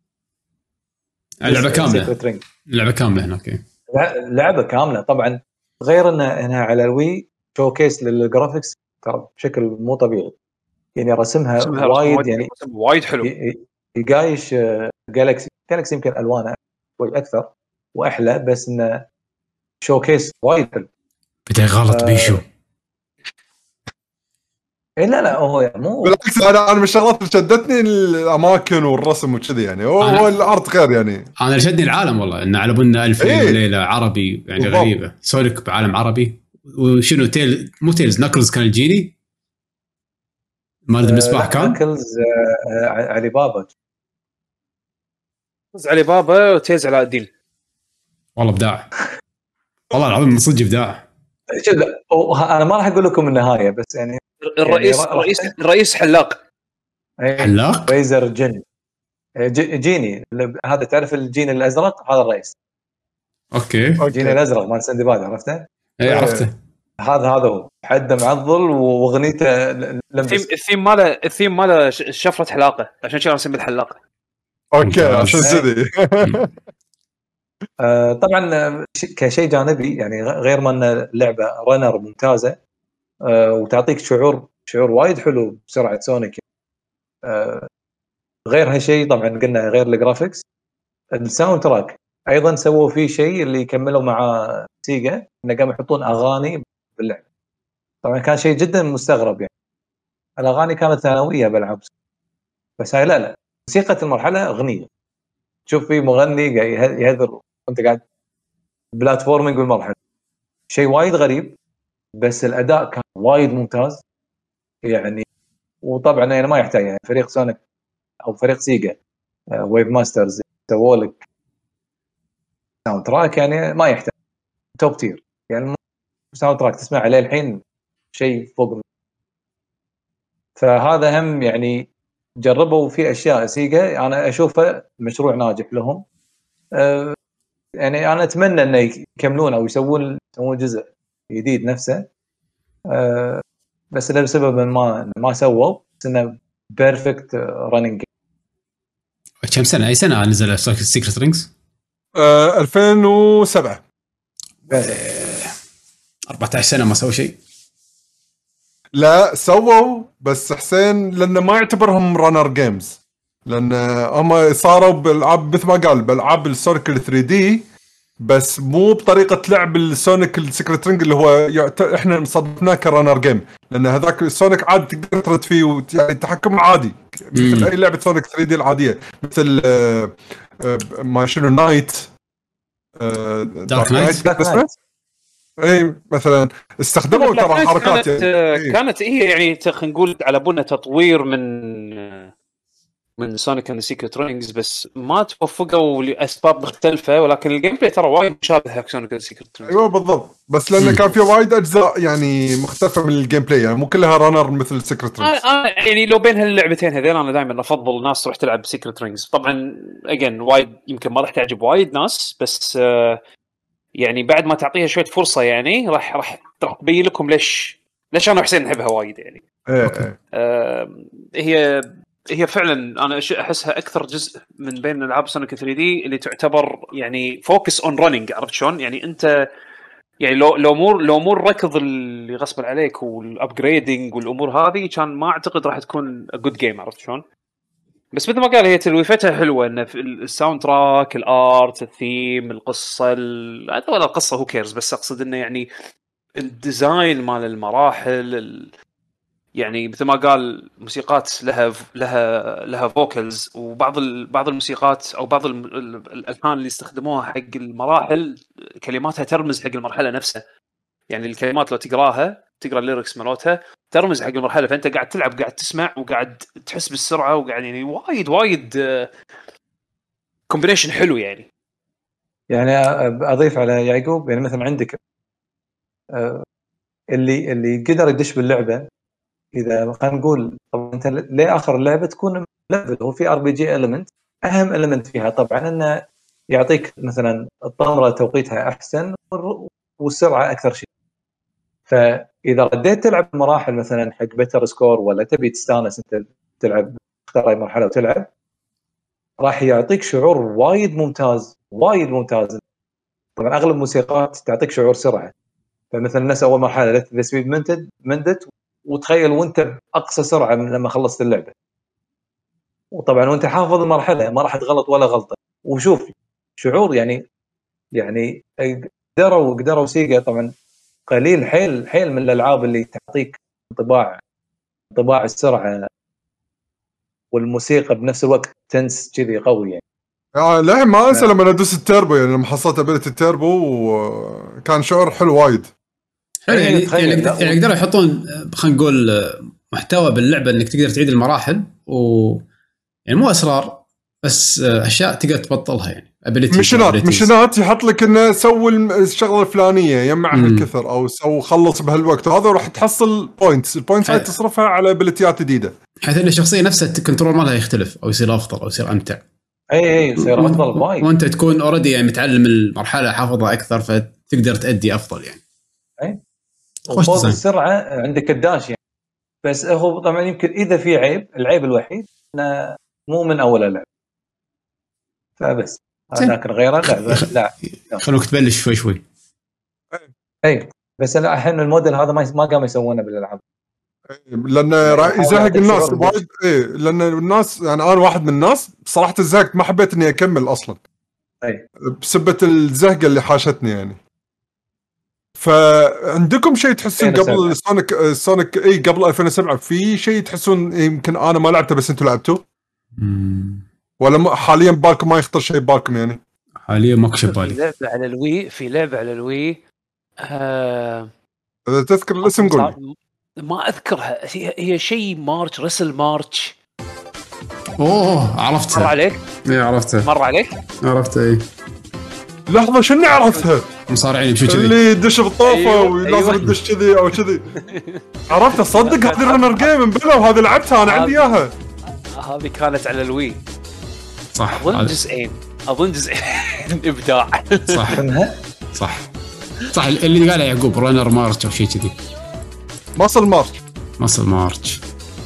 اللعبه كامله هناك لعبه كامله طبعا، غير انها على الوي شوكيس للجرافيكس ترى بشكل مو طبيعي يعني. رسمها وايد يعني وايد حلو يقايش جالكسي يمكن الوانه شوي اكثر واحلى، بس انه شوكيس وايد حلو. بدي غلط بيشو لا هو يعني مو بالعكس. انا من الشغلات اللي شدتني الاماكن والرسم وكذي يعني. هو الارت غير يعني. انا شدني العالم والله انه على بنا 1000 ليله عربي يعني بالضبط. غريبه سونيك بعالم عربي. وشنو مو تيلز ناكلز كان الجيني مالد المصباح كان ناكلز علي بابا وتيلز علاء الدين. والله ابداع والله العظيم صدق ابداع. انا ما راح اقول لكم النهايه بس يعني الرئيس حلاق ريزر جيني هذا تعرف الجين الازرق هذا الرئيس. اوكي الجين الازرق مال سندباد عرفته؟ اي عرفته. هذا هو حده معضل واغنيته لمس. الثيم ماله شفره حلاقه عشان شو اسمه الحلاق. اوكي عشان كذي طبعا كشيء جانبي يعني غير ما ان اللعبه رنر ممتازه وتعطيك شعور وايد حلو بسرعه سونيك. غير هالشيء طبعا قلنا غير الجرافيكس، الساوند تراك ايضا سووا فيه شيء اللي كملوا مع سيجا، انه قاموا يحطون اغاني باللعبه. طبعا كان شيء جدا مستغرب، يعني الاغاني كانت ثانويه بالعاب، بس هاي لا موسيقى المرحله اغنيه، تشوف في مغني قاعد يهذر وانت قاعد بلاتفورمينج بالمرحله، شيء وايد غريب، بس الاداء كان وايد ممتاز يعني. وطبعا يعني ما يحتاج يعني فريق سونيك او فريق سيجا ويف ماسترز سووا لك ساوند تراك، يعني ما يحتاج توب تير، يعني ساوند تراك تسمع عليه الحين شيء فوق. فهذا هم يعني جربوا في اشياء سيجا انا اشوفه مشروع ناجح لهم. يعني انا اتمنى انه يكملون او يسوون جزء جديد نفسه، بس لسبب ما سووا انه بيرفكت رننج. كم سنه اي سنه نزل سيكريت رينجز؟ 2007. 14 سنه ما سووا شيء. لا سووا، بس حسين لانه ما يعتبرهم رانر جيمز، لان هم صاروا بالالعاب مثل ما قال بالالعاب السونيك 3 دي، بس مو بطريقه لعب السونيك السيكريت رينج اللي هو احنا مصنفناه كرانر جيم، لان هذاك السونيك عادي تقدر ترد فيه يعني التحكم عادي مثل اي لعبه سونيك 3 دي العاديه، مثل ما شنو نايت دارك نايت. اي مثلا استخدموا ترى حركات كانت هي يعني خلينا نقول على بنا تطوير من سونيك اند سيكريت رينجز، بس ما توفقوا لاسباب مختلفه، ولكن الجيم بلاي ترى وايد مشابه حق سونيك اند سيكريت رينجز. ايوه بالضبط، بس لانه كان في وايد اجزاء يعني مختلفه من الجيم بلاي، يعني مو كلها رانر مثل سيكريت رينجز. يعني لو بين هاللعبتين هذول انا دائما افضل الناس تروح تلعب سيكريت رينجز. طبعا اجين وايد يمكن ما راح تعجب وايد ناس، بس يعني بعد ما تعطيها شويه فرصه يعني راح تبين لكم ليش انا وحسين نحبها وايد يعني. هي فعلا انا احسها اكثر جزء من بين العاب سونيك 3 دي اللي تعتبر يعني فوكس اون رننج. عرفت شلون؟ يعني انت يعني لو امور ركض اللي غصبا عليك والابجريدنج والامور هذه كان ما اعتقد راح تكون جود جيم. عرفت شلون؟ بس مثل ما قال هي تلويفتها حلوه، ان الساوند تراك، الارت، الثيم، القصه هذا ولا القصه هو كيرز، بس اقصد انه يعني الديزاين مال المراحل يعني مثل ما قال موسيقات لها فوكلز، وبعض الموسيقات او بعض الالحان اللي استخدموها حق المراحل كلماتها ترمز حق المرحله نفسها. يعني الكلمات لو تقرا الليركس مالتها ترمز حق المرحله، فانت قاعد تلعب قاعد تسمع وقاعد تحس بالسرعه وقاعد يعني وايد كومبينيشن حلو يعني. يعني اضيف على يعقوب، يعني مثلا عندك اللي قدر يدش باللعبه، اذا خلينا نقول طبعا انت لاخر اللعبه تكون ليفل، هو في ار بي جي المنت، اهم المنت فيها طبعا انه يعطيك مثلا الطامره توقيتها احسن والسرعه اكثر شيء. فاذا رديت تلعب مراحل مثلا حق بيتر سكور، ولا تبي تستانس انت تلعب تختار اي مرحله وتلعب، راح يعطيك شعور وايد ممتاز. طبعا اغلب الموسيقات تعطيك شعور سرعه، فمثلا الناس اول مرحله ذا سبيد مندت وتخيل وانت باقصى سرعه من لما خلصت اللعبه، وطبعا وانت حافظ المرحله ما راح تغلط ولا غلطه. وشوف شعور يعني قدروا سيجا طبعا قليل حيل من الالعاب اللي تعطيك انطباع السرعه والموسيقى بنفس الوقت تنس كذي قوي يعني. لا ما انسى لما ادوس التيربو، يعني لما حصلت ابيلتي التيربو وكان شعور حلو وايد. يعني يقدروا يحطون خلينا نقول محتوى باللعبه انك تقدر تعيد المراحل، يعني مو اسرار بس اشياء تقدر تبطلها، يعني مشينات يحط لك انه سوي الشغله الفلانيه يجمعها الكثر او خلص بهالوقت، وهذا راح تحصل البوينتس هاي تصرفها على ابيليتيات جديده، حيث ان الشخصيه نفسها الكنترول مالها يختلف او يصير افضل او يصير امتع. اي يصير افضل وايد، وانت تكون اوريدي يعني متعلم المرحله حافظها اكثر، فتقدر تأدي افضل يعني. اي وفوق السرعه عندك الداش يعني. بس هو طبعا يمكن اذا في العيب الوحيد انه مو من اول اللعبه، فبس لكن غيره لا خلوك تبلش شوي شوي. اي بس لا الحين الموديل هذا ما قاموا يسوونه بالالعاب لان يزهق الناس وايد. لان الناس يعني انا واحد من الناس صراحه زهقت، ما حبيت اني اكمل اصلا بسبه الزهقه اللي حاشتني يعني. فعندكم شيء تحسون قبل سونيك قبل 2007 في شيء تحسون يمكن انا ما لعبته بس انتم لعبتوه ولا حاليا بالكم ما يخطر شيء بالكم؟ يعني حاليا ماكو شيء بالي. في لعبه على الوي اذا تذكر الاسم قول. ما اذكرها. هي شيء مارش رسل مارش. عرفتها. مر عليك؟ اي عرفتها. مر عليك؟ عرفتها. اي لحظه شنو عرفتها؟ مصارعين بشو كذي اللي يدش بالطوفه ولازم يدش كذي او كذي. عرفتها صدق. هذه رنر جيم مبلا وهذا لعبتها انا عندي اياها. هذه كانت على الوي صح. اظن جزئين ابداع. صح اللي قاله يعقوب رنر مارش او شيء كذي. ماسل مارش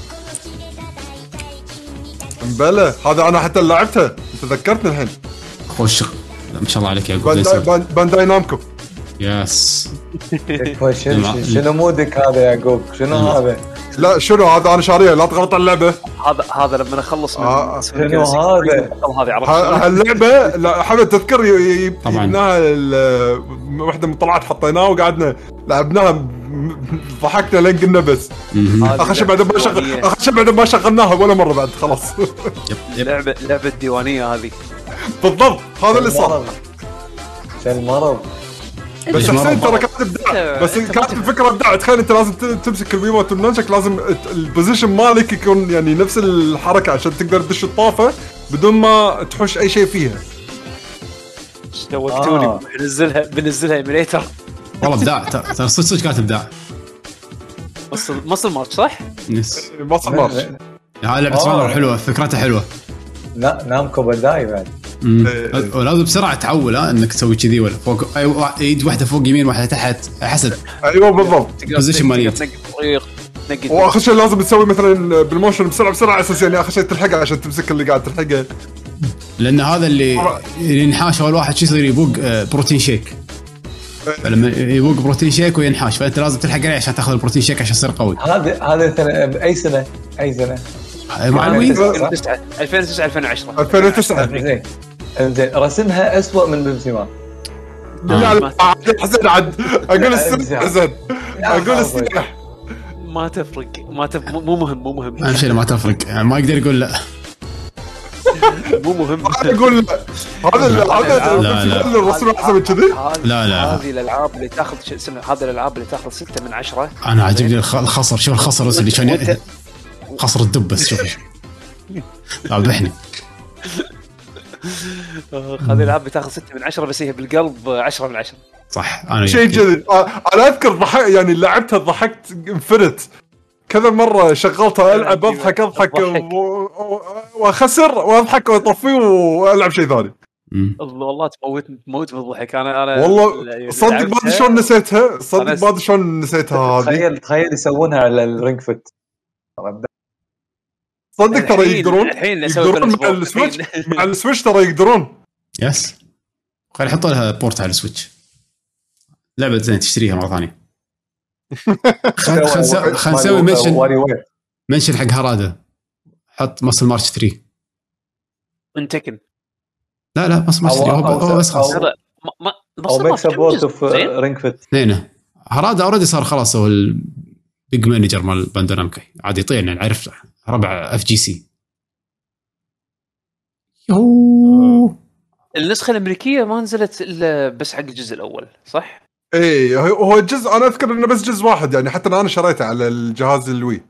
مبلا هذا انا حتى لعبتها تذكرتني الحين. خوش ما شاء الله عليك يعقوب. بانداي نامكو. ياس. شنو مودك هذا يعقوب؟ شنو هذا؟ لا شنو هذا انا شاريه لا تغلط اللعبه. هذا لما اخلص من شنو هذا اللعبه. لا حمد تذكر جبناها واحده من طلعت حطيناها وقعدنا لعبناها ضحكنا لين قلنا بس. اخش بعد ما شغلناها ولا مره بعد خلاص. لعبه الديوانيه هذه بالضبط. هذا اللي صار. شو المرض. بس حسين ترى كانت ابداع. بس كانت الفكره ابداع. تخيل انت لازم تمسك الويموت والنانشك لازم البوزيشن مالك يكون يعني نفس الحركه عشان تقدر تدش الطافه بدون ما تحوش اي شيء فيها. توقتوني بنزلها ايميليتر. والله ابداع. ترى صدق كانت ابداع. مصل مارش صح؟ يس مصل مارش. هاي لعبه صغيره حلوه فكرتها حلوه. لا نامكو بداي بعد. ولازم بسرعه تعول انك تسوي كذي ولا فوق ايد واحده فوق يمين واحده تحت حسب. ايوه بالضبط. بوزيشن ماليت. واخر شيء لازم تسوي مثلا بالموشن بسرعه اساس يعني اخر شيء تلحقه عشان تمسك اللي قاعد تلحقه. لان هذا اللي ينحاش اول واحد شو يصير يبوق بروتين شيك. فلما يبوق بروتين شيك وينحاش فانت لازم تلحق عليه عشان تاخذ البروتين شيك عشان يصير قوي. هذا اي سنه مع الوي 2009 زين رسمها أسوأ من بنزيما. لا حسن عد اقول السلاح حسن اقول السلاح ما تفرق مو مهم اهم شيء ما تفرق يعني ما يقدر يقول لا. مو مهم. اقول هذا الرسم حسب كذي. لا هذه الالعاب اللي تاخذ هذه الالعاب اللي تاخذ 6 من 10. انا عجبني الخصر. شوف الخصر اللي كان خصر الدب بس شوف ذبحني. هذه الالعاب بتاخذ 6 من 10 بس هي بالقلب 10 من 10. صح. انا شيء كذي. انا اذكر يعني لعبتها ضحكت انفرت كذا مره. شغلتها العب اضحك واخسر واضحك واطفي والعب شيء ثاني. والله تموت بالضحك. انا والله صدق ما ادري شلون نسيتها. صدق ما ادري شلون نسيتها هذه. تخيل يسوونها على الرينج فيت. صدق ترى يقدرون مع السويتش ترى يقدرون. يس خلي يحطوا لها بورت على السويتش. لعبه زين تشتريها مره ثانيه. خل نسوي منشن حق هراده. حط ماسل مارش 3 انتكن. لا ماسل مارش 3 هو بس خلاص. او ميك سبورت اوف رينج فيت. هراده اوريدي صار خلاص هو البيج مانجر مال بانداي نامكو. عاد يطيرنا نعرف ربع اف جي سي. النسخه الامريكيه ما نزلت الا بس حق الجزء الاول صح؟ ايه هو الجزء انا اذكر انه بس جزء واحد يعني. حتى انا شريته على الجهاز الوي.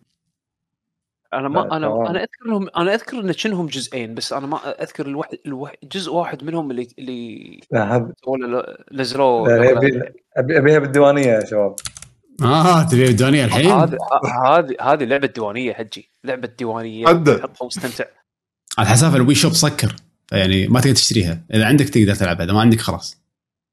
انا اذكر ان شنهم جزئين بس انا ما اذكر الواحد جزء واحد منهم اللي ولا نزلوه. ابيها بالديوانيه يا شباب. تبي بالديوانيه الحين. هذه لعبه ديوانيه حجي. لعبه ديوانيه تحطها واستمتع. على حساب الوي شوب سكر يعني ما تقدر تشتريها. اذا عندك تقدر تلعبها اذا ما عندك خلاص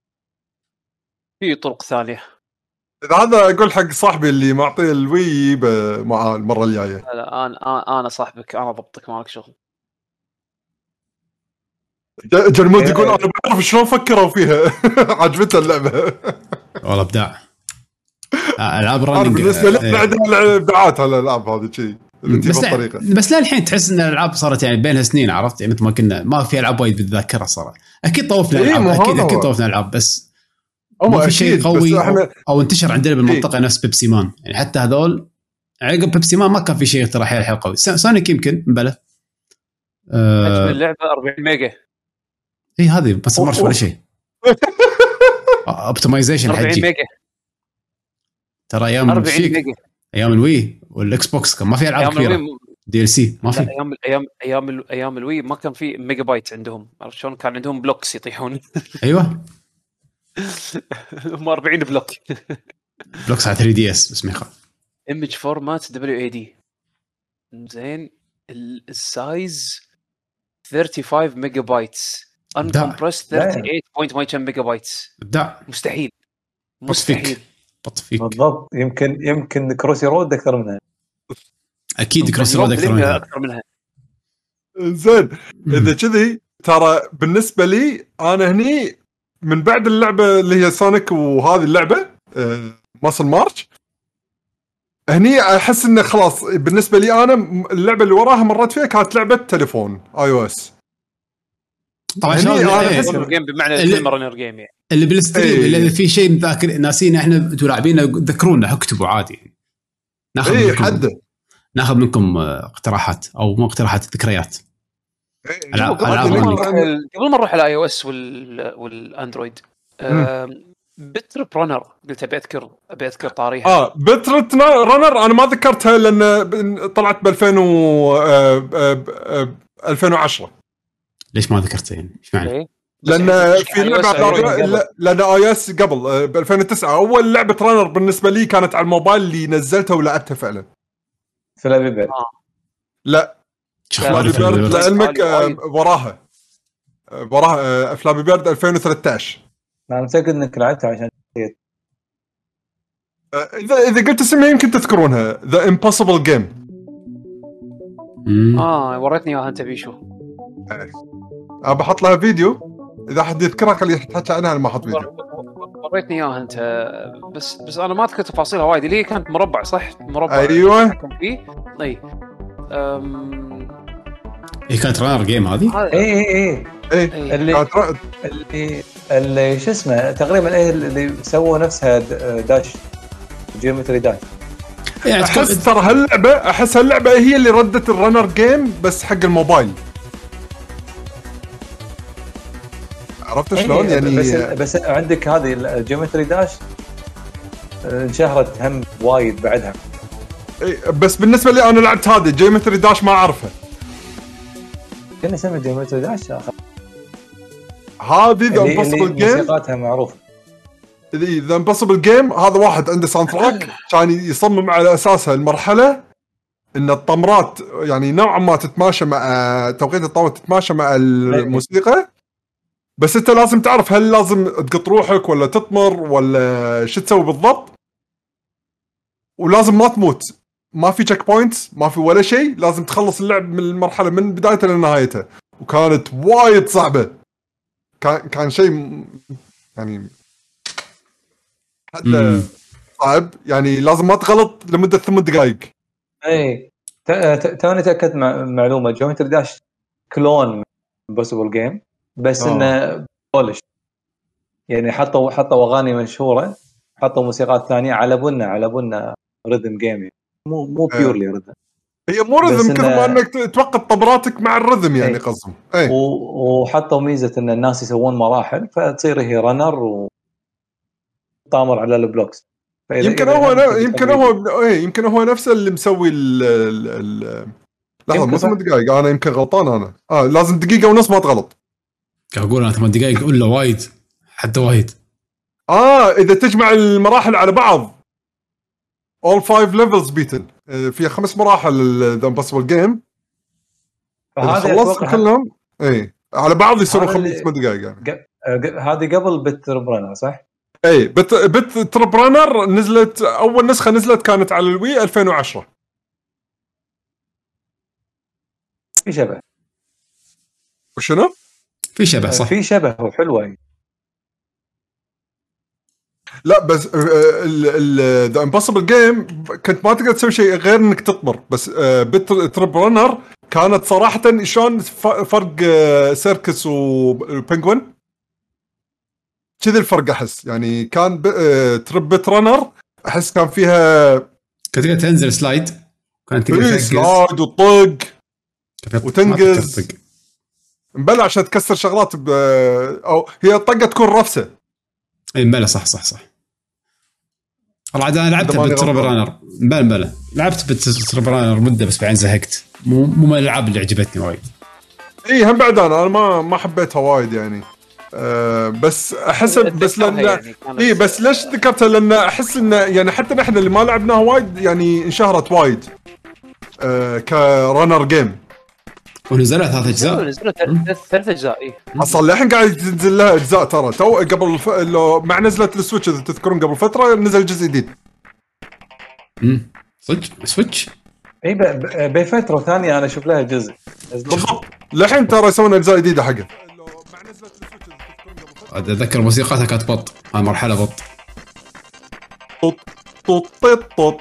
في طرق ثانيه. هذا اقول حق صاحبي اللي معطيه الوي مع المره الجايه. لا انا صاحبك انا ضبطك مالك شغل. جرمود يقول انا بعرف شلون فكروا فيها. عجبته اللعبه والله ابداع. العاب رننج بالنسبه لي بعدها الابداعات على الالعاب هذه شيء بس لا الحين تحس ان الالعاب صارت يعني بينها سنين، عرفت يعني مثل ما كنا ما في العاب وايد بالذاكره صار. اكيد طوفنا العاب اكيد طوفنا العاب، بس ما في شيء قوي او انتشر عندنا بالمنطقه نفس بيبسي مان يعني. حتى هذول عقب بيبسي مان ما كان في شيء ترى حيل قوي. سونيك يمكن بلا حجم اللعبه 40 ميجا. اي هذه ما صمرش ولا شيء. اوبتمايزيشن 40 ميجا ترى ايام 40 ميجا ايام الوي والاكس بوكس كان ما في العاب كبيره دي ال سي ما في. ايام الوي ما كان في ميجا بايت عندهم، عرفت شلون؟ كان عندهم بلوكس يطيحون. ايوه هم 40 بلوك بلوكس على 3 دي اس بس ما يخالف. ايمج فورمات دبليو اي دي زين. السايز 35 ميجا بايتس uncompressed 38.2 ميجا بايتس. ابداع. مستحيل بطفيك بالضبط. يمكن كروسي رود اكثر منها. اكيد كروسي رود اكثر منها. زين اذا كذي ترى بالنسبه لي انا هني من بعد اللعبه اللي هي سونيك وهذه اللعبه ماسل مارش، هني احس انه خلاص بالنسبه لي انا اللعبه اللي وراها مرات فيها كانت لعبه تليفون اي او اس. طبعا جيم بمعنى الرنر جيم يعني اللي بالستريم اللي في شيء مذاكر ناسين احنا لاعبين ذكرونا اكتبوا عادي ناخذ منكم اقتراحات او مو اقتراحات ذكريات. قبل ما نروح على اي او اس والاندرويد بترب رانر قلت ابي اذكر طاريها. بترب رانر انا ما ذكرتها لان طلعت ب 2010. ليش ما ذكرتها يعني؟ ايش معنى؟ لان في لعبه لان اي اس قبل ب 2009 اول لعبه رانر بالنسبه لي كانت على الموبايل اللي نزلتها ولعبتها فعلا. فلابي بيرد لا فلابي بيرد لعلمك وراها فلابي بيرد 2013. انا متاكد انك لعبتها عشان اذا قلت اسمها يمكن تذكرونها. ذا امبوسيبل جيم. وريتني اياها انت بيشو. بحط لها فيديو اذا حد يذكرها خليه يحكي عنها. انا ما احط فيديو. وريتني اياها انت بس انا ما اذكر تفاصيلها وايد. اللي هي كانت مربع صح؟ مربع ايوه كان فيه اي هي كانت رانر جيم هذه. اي اللي شو اسمه تقريبا اللي سووا نفسها داش جيومتري داش. يعني احس ترى هاللعبه هي اللي ردت الرانر جيم بس حق الموبايل. عرفت شلون يعني؟ بس عندك هذه الجيومتري داش انشهرت هم وايد بعدها. بس بالنسبه لي انا لعبت هذه جيومتري داش ما اعرفها. كنا اسمها جيومتري داش هذه ذا امبوسيبل جيم. موسيقاتها معروفه. ذا امبوسيبل جيم هذا واحد عنده ساوند تراك كان يصمم على اساسها المرحله ان الطمرات يعني نوعا ما تتماشى مع توقيت الطاوله تتماشى مع الموسيقى. بس انت لازم تعرف هل لازم تقط روحك ولا تطمر ولا شو تسوي بالضبط. ولازم ما تموت. ما في تشيك بوينتس ما في ولا شيء. لازم تخلص اللعب من المرحله من بدايتها لنهايتها. وكانت وايد صعبه. كان شيء يعني حتى صعب يعني. لازم ما تغلط لمده 8 دقائق. اي توني تاكدت معلومه جيومتري داش كلون امبوسيبل جيم بس انه بولش يعني حطوا اغاني مشهوره حطوا موسيقات ثانيه على بنا ريذم جيم مو بيورلي ريذم. هي مو ريذم كذا ما انك توقف طبراتك مع الريذم يعني قصدهم. وحطوا ميزه ان الناس يسوون مراحل فتصير هي رنر وطامر على البلوكس. يمكن هو نفسه اللي مسوي لحظه مو 8 دقائق. انا يمكن غلطان انا لازم دقيقه ونص ما تغلط. اقول انا 8 دقائق اقول له وايد حتى وايد. اذا تجمع المراحل على بعض all 5 levels beaten فيها 5 مراحل ذا امبوسيبل جيم. خلصت كلهم على بعض يصيروا 5 دقائق يعني. هذه قبل بت رانر صح؟ بت ترب رانر نزلت اول نسخه نزلت كانت على الوي 2010. في شبه وشنو؟ في شبه صح. في شبه وحلوه. لا بس ذا امبوسيبل جيم كنت ما تقدر تسوي شيء غير انك تطبر بس. ترب رانر كانت صراحه شلون فرق سيركس وبنجوين كذا الفرق احس يعني كان ترب رانر احس كان فيها كنت تقدر تنزل سلايد كانت تقدر تنقز سلايد وطق وتنقز مبلع عشان تكسر شغلات او هي طقه تكون رفسه. اي مبلع صح والله انا لعبت بترب رانر مبلع لعبت بترب رانر مده بس بعدين زهقت مو من الالعاب اللي عجبتني وايد. اي هم بعد انا ما حبيتها وايد يعني بس احس بس لان يعني اي بس ليش ذكرتها لان احس انه يعني حتى نحن اللي ما لعبناها وايد يعني انشهرت وايد كرانر جيم ونزلت 3 اجزاء. نزلت 3 اجزاء اي اصلا الحين قاعد تنزل لها اجزاء ترى تو قبل لو مع نزلت السويتش اذا تذكرون قبل فتره نزل جزء جديد. صدق سويتش اي بفتره ثانيه انا اشوف لها جزء بالضبط. الحين ترى يسوون اجزاء جديده حقه. اتذكر موسيقاتها كانت بط مرحله بط طط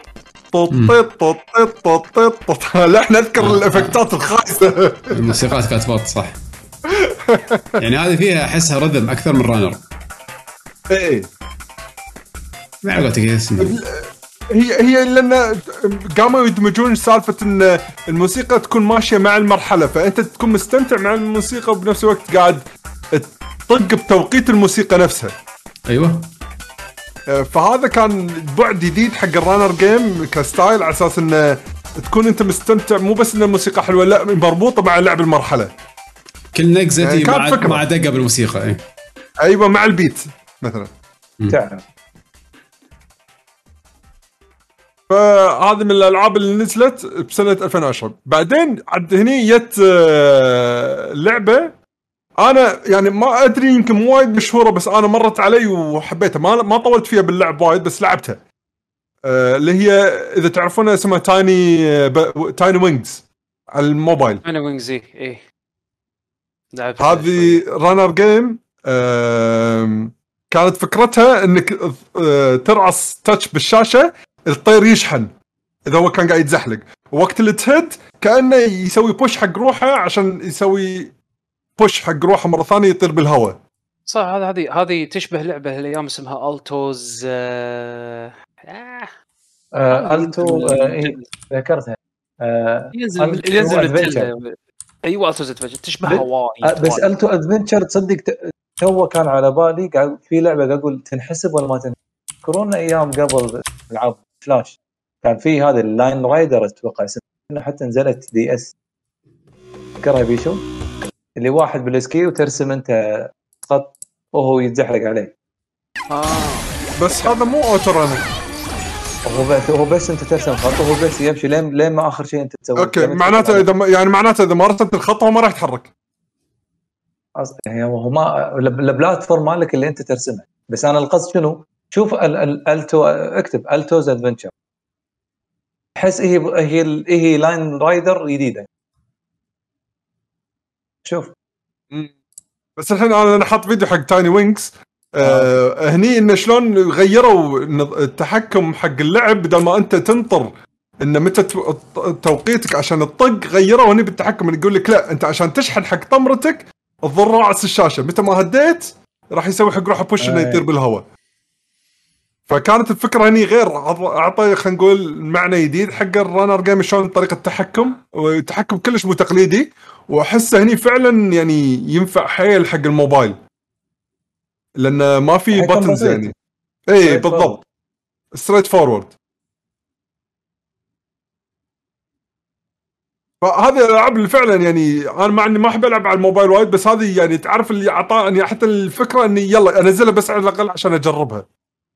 لا احنا نذكر الافكتات الخايسه. الموسيقات كانت بط صح. يعني هذه فيها احسها رذم اكثر من رانر. ايه ما عرفت كيف هي لان قاموا يدمجون سالفه ان الموسيقى تكون ماشيه مع المرحله فانت تكون مستمتع مع الموسيقى وبنفس الوقت قاعد تطق بتوقيت الموسيقى نفسها. ايوه فهذا كان بعد جديد حق الرانر جيم كستايل على اساس انه تكون انت مستمتع مو بس ان الموسيقى حلوه لا مربوطه مع لعب المرحله كل نقزتي يعني مع دقه بالموسيقى. اي ايوه مع البيت مثلا تعرف. فهذه من الالعاب اللي نزلت بسنه 2010. بعدين عند هني جت لعبه انا يعني ما ادري يمكن مو وايد مشهوره بس انا مرت علي وحبيتها ما طولت فيها باللعب وايد بس لعبتها اللي هي اذا تعرفونها اسمها تايني وينجز على الموبايل. تايني وينجز ايه هذه رانر جيم كانت فكرتها انك ترعص تاتش بالشاشه الطير يشحن اذا هو كان قاعد يتزحلق وقت اللي تهد كانه يسوي بوش حق روحه عشان يسوي بوش حق روحه مره ثانيه يطير بالهواء. صح هذه تشبه لعبه الايام اسمها التوز التو ذكرتها ينزل ايوه التوز ادفنتشر تشبهها وايد بس التو ادفنتشر تصدق تو كان على بالي قاعد في لعبه اقول تنحسب ولا ما تذكرون ايام قبل العاب فلاش كان في هذا اللاين رايدر اتوقع اسمه حتى نزلت دي اس تذكرها بيشو اللي واحد بالسكي وترسم انت خط وهو يتزحلق عليه. بس هذا مو اوتو رانر هو بس انت ترسم خط وهو بس يمشي لين ما اخر شيء انت تسويه. اوكي معناته اذا ما رسمت الخط هو ما راح يتحرك. يعني هو ما البلاتفورم مالك اللي انت ترسمه بس انا القصد شنو شوف الالتو اكتب التوز ادفنتشر احس هي لاين رايدر جديده. شوف بس الحين انا حاط فيديو حق تايني وينجز هني انه شلون غيروا التحكم حق اللعب بدل ما انت تنطر ان متى توقيتك عشان الطق غيروا هني بالتحكم اللي يقول لك لا انت عشان تشحن حق طمرتك تضر راس الشاشه متى ما هديت راح يسوي حق روحه بوش انه يطير بالهواء. فكانت الفكره هني غير اعطى خلينا نقول معنى جديد حق الرانر جيم شلون طريقه التحكم والتحكم كلش مو تقليدي واحسه هني فعلا يعني ينفع حيل حق الموبايل لان ما في باتنز يعني. اي بالضبط ستريت فورورد. فهذه الالعاب اللي فعلا يعني انا مع اني ما احب العب على الموبايل وايد بس هذه يعني تعرف اللي اعطاني حتى الفكره اني يلا انزلها بس على الاقل عشان اجربها.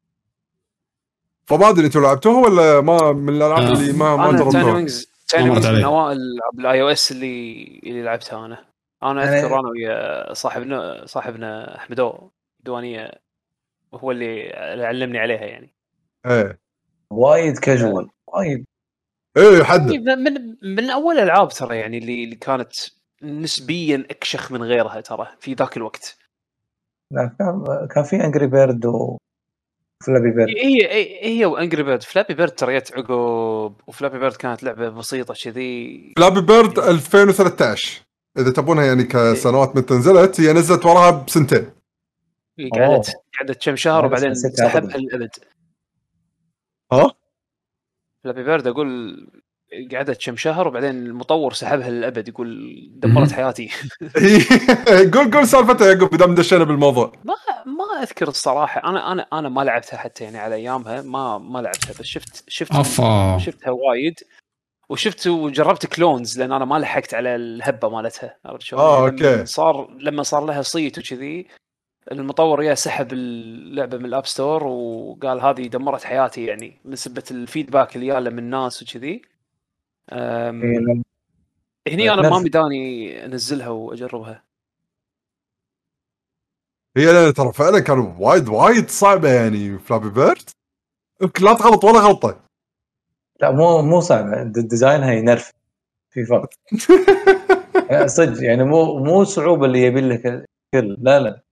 فما ادري انتوا لعبتوها ولا ما من الالعاب اللي ما جربتوها. تايني وينجز من اوائل الاي او اس اللي لعبتها انا اذكر انا ويا صاحبنا احمدو دوانيه هو اللي علمني عليها يعني. وايد كاجوال وايد حد من اول الالعاب ترى يعني اللي كانت نسبيا اكشخ من غيرها ترى في ذاك الوقت. لا كان في انجري بيرد وفلابي بيرد. هي وانجري بيرد. فلابي بيرد ترى جت عقب، وفلابي بيرد كانت لعبه بسيطه كذي. فلابي بيرد 2013 اذا تبونها يعني كسنوات متى نزلت، هي نزلت وراها بسنتين. قعدت كم شهر وبعدين سحبها للابد. ها فلابي بيرد اقول قعدت كم شهر وبعدين المطور سحبها للابد، يقول دمرت حياتي. قول سالفتها يا يعقوب بدام دشينا بالموضوع. ما اذكر الصراحه. انا ما لعبتها حتى يعني على ايامها ما لعبتها، بس شفتها وايد، وشفت وجربت كلونز لان انا ما لحقت على الهبه مالتها. عرفت شلون؟ اوكي. لما صار لها صيت وكذي، المطور يا سحب اللعبه من الاب ستور وقال هذه دمرت حياتي يعني من سبه الفيدباك اللي جاله من الناس وكذي. هني انا ما مداني انزلها واجربها. هي ترى فعلا كانوا وايد صعبه يعني. فلابي بيرد لا تغلط ولا غلطه. لا مو صعبه، ديزاينها ينرف في فرق. صدق يعني مو صعوبه اللي يبي لك الكل. لا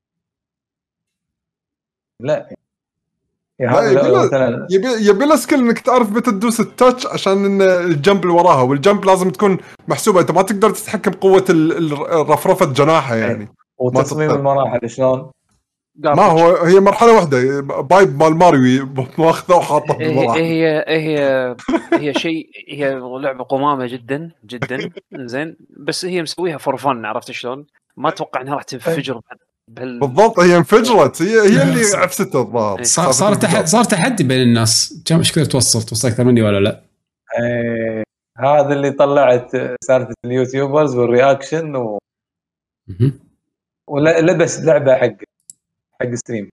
يبي له سكيل انك تعرف متى تدوس التاتش عشان الجمب اللي وراها، والجمب لازم تكون محسوبه. انت ما تقدر تتحكم بقوه رفرفه جناحها يعني. وتصميم المراحل شلون؟ ما هي مرحله واحده بايب مال ماريو ماخذه وحاطه بالمراحل. هي شيء، هي لعبه قمامه جدا جدا زين، بس هي مسويها فور فن. عرفت شلون؟ ما اتوقع انها راح تنفجر بالضبط. هي انفجرت، هي اللي عفسته الظاهر. صار تحدي بين الناس. كم مشكله توصل اكثر مني ولا لا؟ هذا اللي طلعت سالفه اليوتيوبرز والرياكشن ولبس لعبه حق ستريم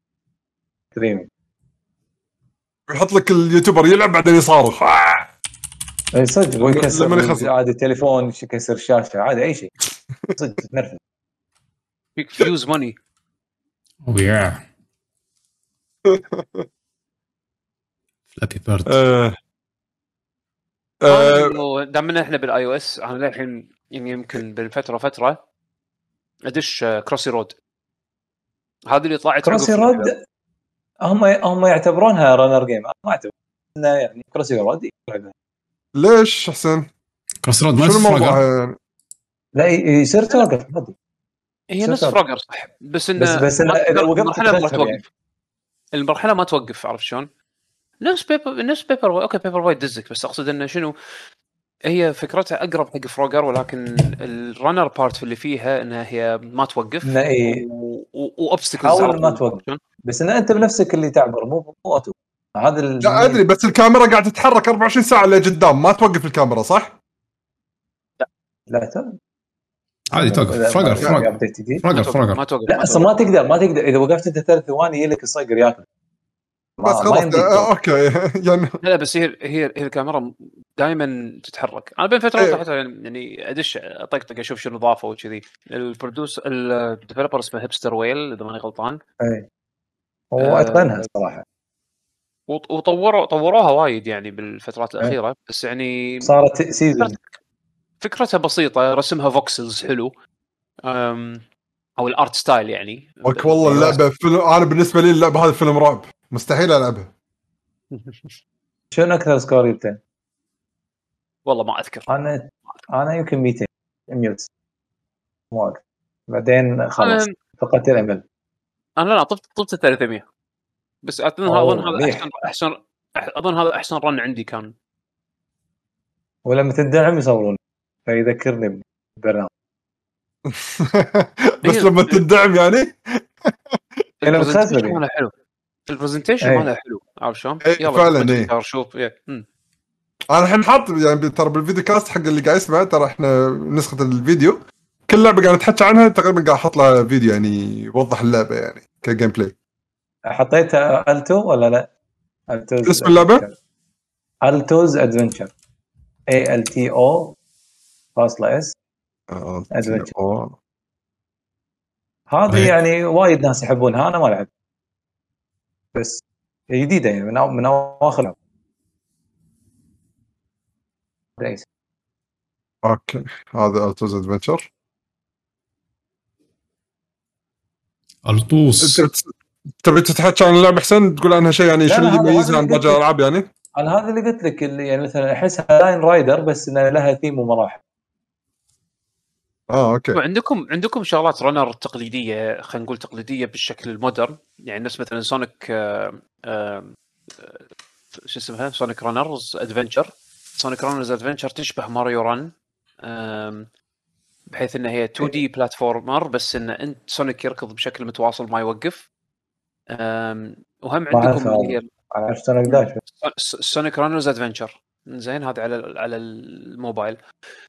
يحط لك اليوتيوبر يلعب بعدين يصارخ. اي صدق، ويكسر عادي التليفون، يكسر الشاشه عادي، اي شيء. صدق تنرفز. بيك فيوز ماني. اوه يا فلابي بيرد. دامنا احنا بالاي او اس، انا الحين يعني يمكن بالفتره ادش كروسي رود. هذه اللي طلعت كروسي رود. هم يعتبرونها رانر جيم. ما اعتبر انه يعني كروسي رود يلعبها. ليش حسن كروسي رود ما فراغر؟ لا يصير توقف عادي. هي نص فراغر صح، بس اذا وقفت المرحله ما توقف. عرفت شلون؟ نفس بيبر اوكي بيبر وايد دزك، بس اقصد انه شنو هي فكرتها اقرب حق فروجر، ولكن الرنر بارت اللي فيها انها هي ما توقف واوبستكلز ما توقف، بس ان انت بنفسك اللي تعبر مو اوتو. هذا لا ادري، بس الكاميرا قاعده تتحرك 24 ساعه لقدام، ما توقف الكاميرا صح؟ لا عادي توقف. فراغر ما توقف. لا اصلا ما تقدر اذا وقفت انت 3 ثواني يجيلك الصايقر ياكل. بس خلاص اوكي يعني. لا بس هي الكاميرا دائما تتحرك. انا بين فتره حتى يعني ادش اطقطق اشوف شنو ضافوا وكذي. الديفلوبر اسمه هيبستر ويل اذا ماني غلطان. هو اتقنها صراحه، وطوروها وايد يعني بالفترات الاخيره. بس يعني صارت سيزون. فكرتها بسيطه، رسمها فوكسلز حلو، او الارت ستايل يعني. والله اللعبه فيلم. انا بالنسبه لي اللعبه هذا فيلم رعب، مستحيل العبها. شنو اكثر سكور جبته؟ والله ما اذكر. انا يمكن 200 واقف، بعدين خلاص فقدت الامل. انا لا طفت 300 بس. اظن هذا احسن رن عندي كان. ولما تدعم يصورون فيذكرني بالبرنامج. بس لما تدعم يعني البرزنتيشن ماله حلو. البرزنتيشن ماله حلو. عارف شلون؟ يلا فعلا شوف انا الحين حاط يعني ترى بالفيديو كاست حق اللي قاعد يسمع، ترى احنا نسخه الفيديو كل لعبه قاعد نتحكي عنها تقريبا قاعد احط لها فيديو يعني يوضح اللعبه يعني كجيم بلاي. حطيت التو ولا لا؟ اسم اللعبه التوز ادفنتشر ALTO /S ادفنتشر. هذه يعني وايد ناس يحبونها، انا ما لعبت بس جديده يعني من اواخر. اوكي هذا التوز ادفنتشر. الطوس. تبي تتحكي عن اللعبه حسين تقول عنها شيء يعني لا، شو اللي هذا يميزها عن اللي باقي قلت لك. الالعاب يعني؟ انا هذا اللي قلت لك، اللي يعني مثلا احسها لاين رايدر بس انها لها ثيم ومراحل. اوكي. وعندكم شغلات رنر تقليديه، خلينا نقول تقليديه بالشكل المودرن، يعني نفس مثلا سونيك شو اسمها، سونيك رانرز ادفنتشر تشبه ماريو ران، بحيث انها هي 2 دي بلاتفورمر، بس ان انت سونيك يركض بشكل متواصل ما يوقف. وهم عندكم اللي هي عرفت سونيك داش. سونيك رانرز ادفنتشر، زين هذا على الموبايل.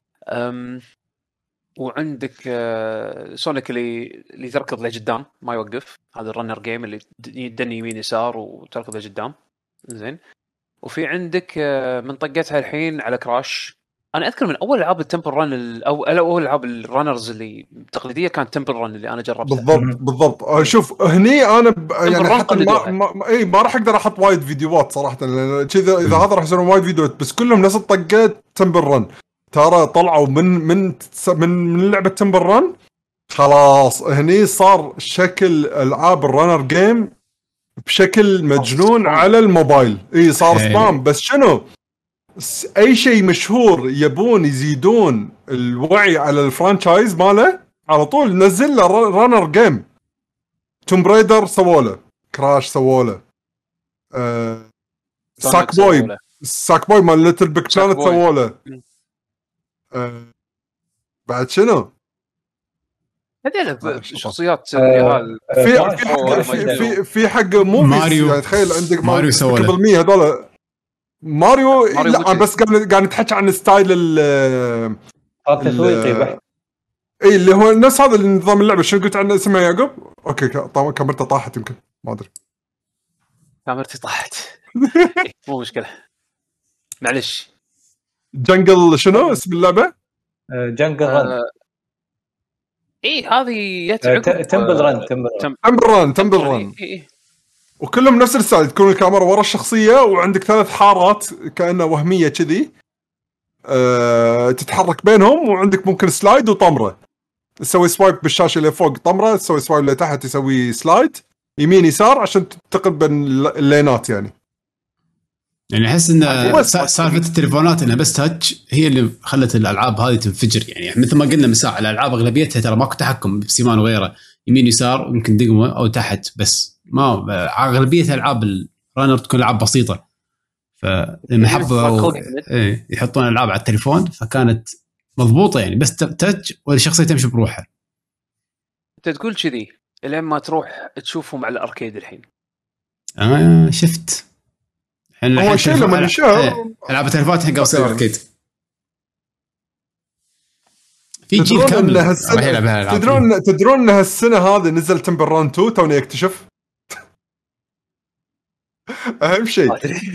وعندك سونيك اللي تركض لقدام ما يوقف، هذا الرنر جيم اللي يدني يمين يسار وتركض لقدام، زين. وفي عندك منطقتها الحين على كراش. انا اذكر من اول العاب التمبل ران او اول العاب الرانرز اللي التقليديه كانت تمبل ران اللي انا جربتها. بالضبط. شوف هني انا يعني حتى قلدوها. ما راح اقدر احط وايد فيديوهات صراحه كذا، اذا هذا راح يصيرون وايد فيديوهات، بس كلهم نفس الطقات تمبل ران. ترى طلعوا من لعبه تمبل ران، خلاص هني صار شكل العاب الرانر جيم بشكل مجنون على الموبايل. اي صار سبام. بس شنو اي شيء مشهور يبون يزيدون الوعي على الفرانشايز ماله، على طول نزل له رانر جيم. توم برايدر سووله، كراش سووله، ساك بوي مال ليتل بيك بلانت سووله. بعد شنو هذول شخصيات في حق موفيز ماريو. يعني تخيل عندك ماريو سووله بالمية هذول. ماريو لا بس قاعد نتحكي عن ستايل التسويقي بحت. اي اللي هو نفس هذا النظام اللعبه. شو قلت عنه اسمه يعقوب؟ اوكي طبعا كاميرته طاحت يمكن ما ادري. كاميرتي طاحت. مو مشكله معلش. جنجل شنو اسم اللعبه؟ جنجل رن. اي هذه تمبل رن. وكلهم نفس الستايل، تكون الكاميرا ورا الشخصيه وعندك 3 حارات كأنها وهميه كذي تتحرك بينهم، وعندك ممكن سلايد وطمره. تسوي سوايب بالشاشه اللي فوق طمره، تسوي سوايب اللي تحت تسوي سلايد يمين يسار عشان تنتقل بين اللينات. يعني احس ان سالفه التليفونات انها بس تاتش هي اللي خلت الالعاب هذه تنفجر. يعني مثل ما قلنا من ساعه الالعاب اغلبيتها ترى ماكو تحكم بسيمان وغيره، يمين يسار ويمكن دقمه او تحت بس. ما اغلبيه العاب الرانر تكون العاب بسيطه، فلما حبوا يحطون العاب على التليفون فكانت مضبوطه يعني بس تاتش والشخصيه تمشي بروحها. انت تقول كذي لما تروح تشوفهم على الاركيد الحين. شفت هو شيء لما نشوف العاب التليفونات الحين قاصين اركيد. في جيل كامل تدرون ان هالسنه هذه نزل تمبل ران 2 توني اكتشف. اهم شيء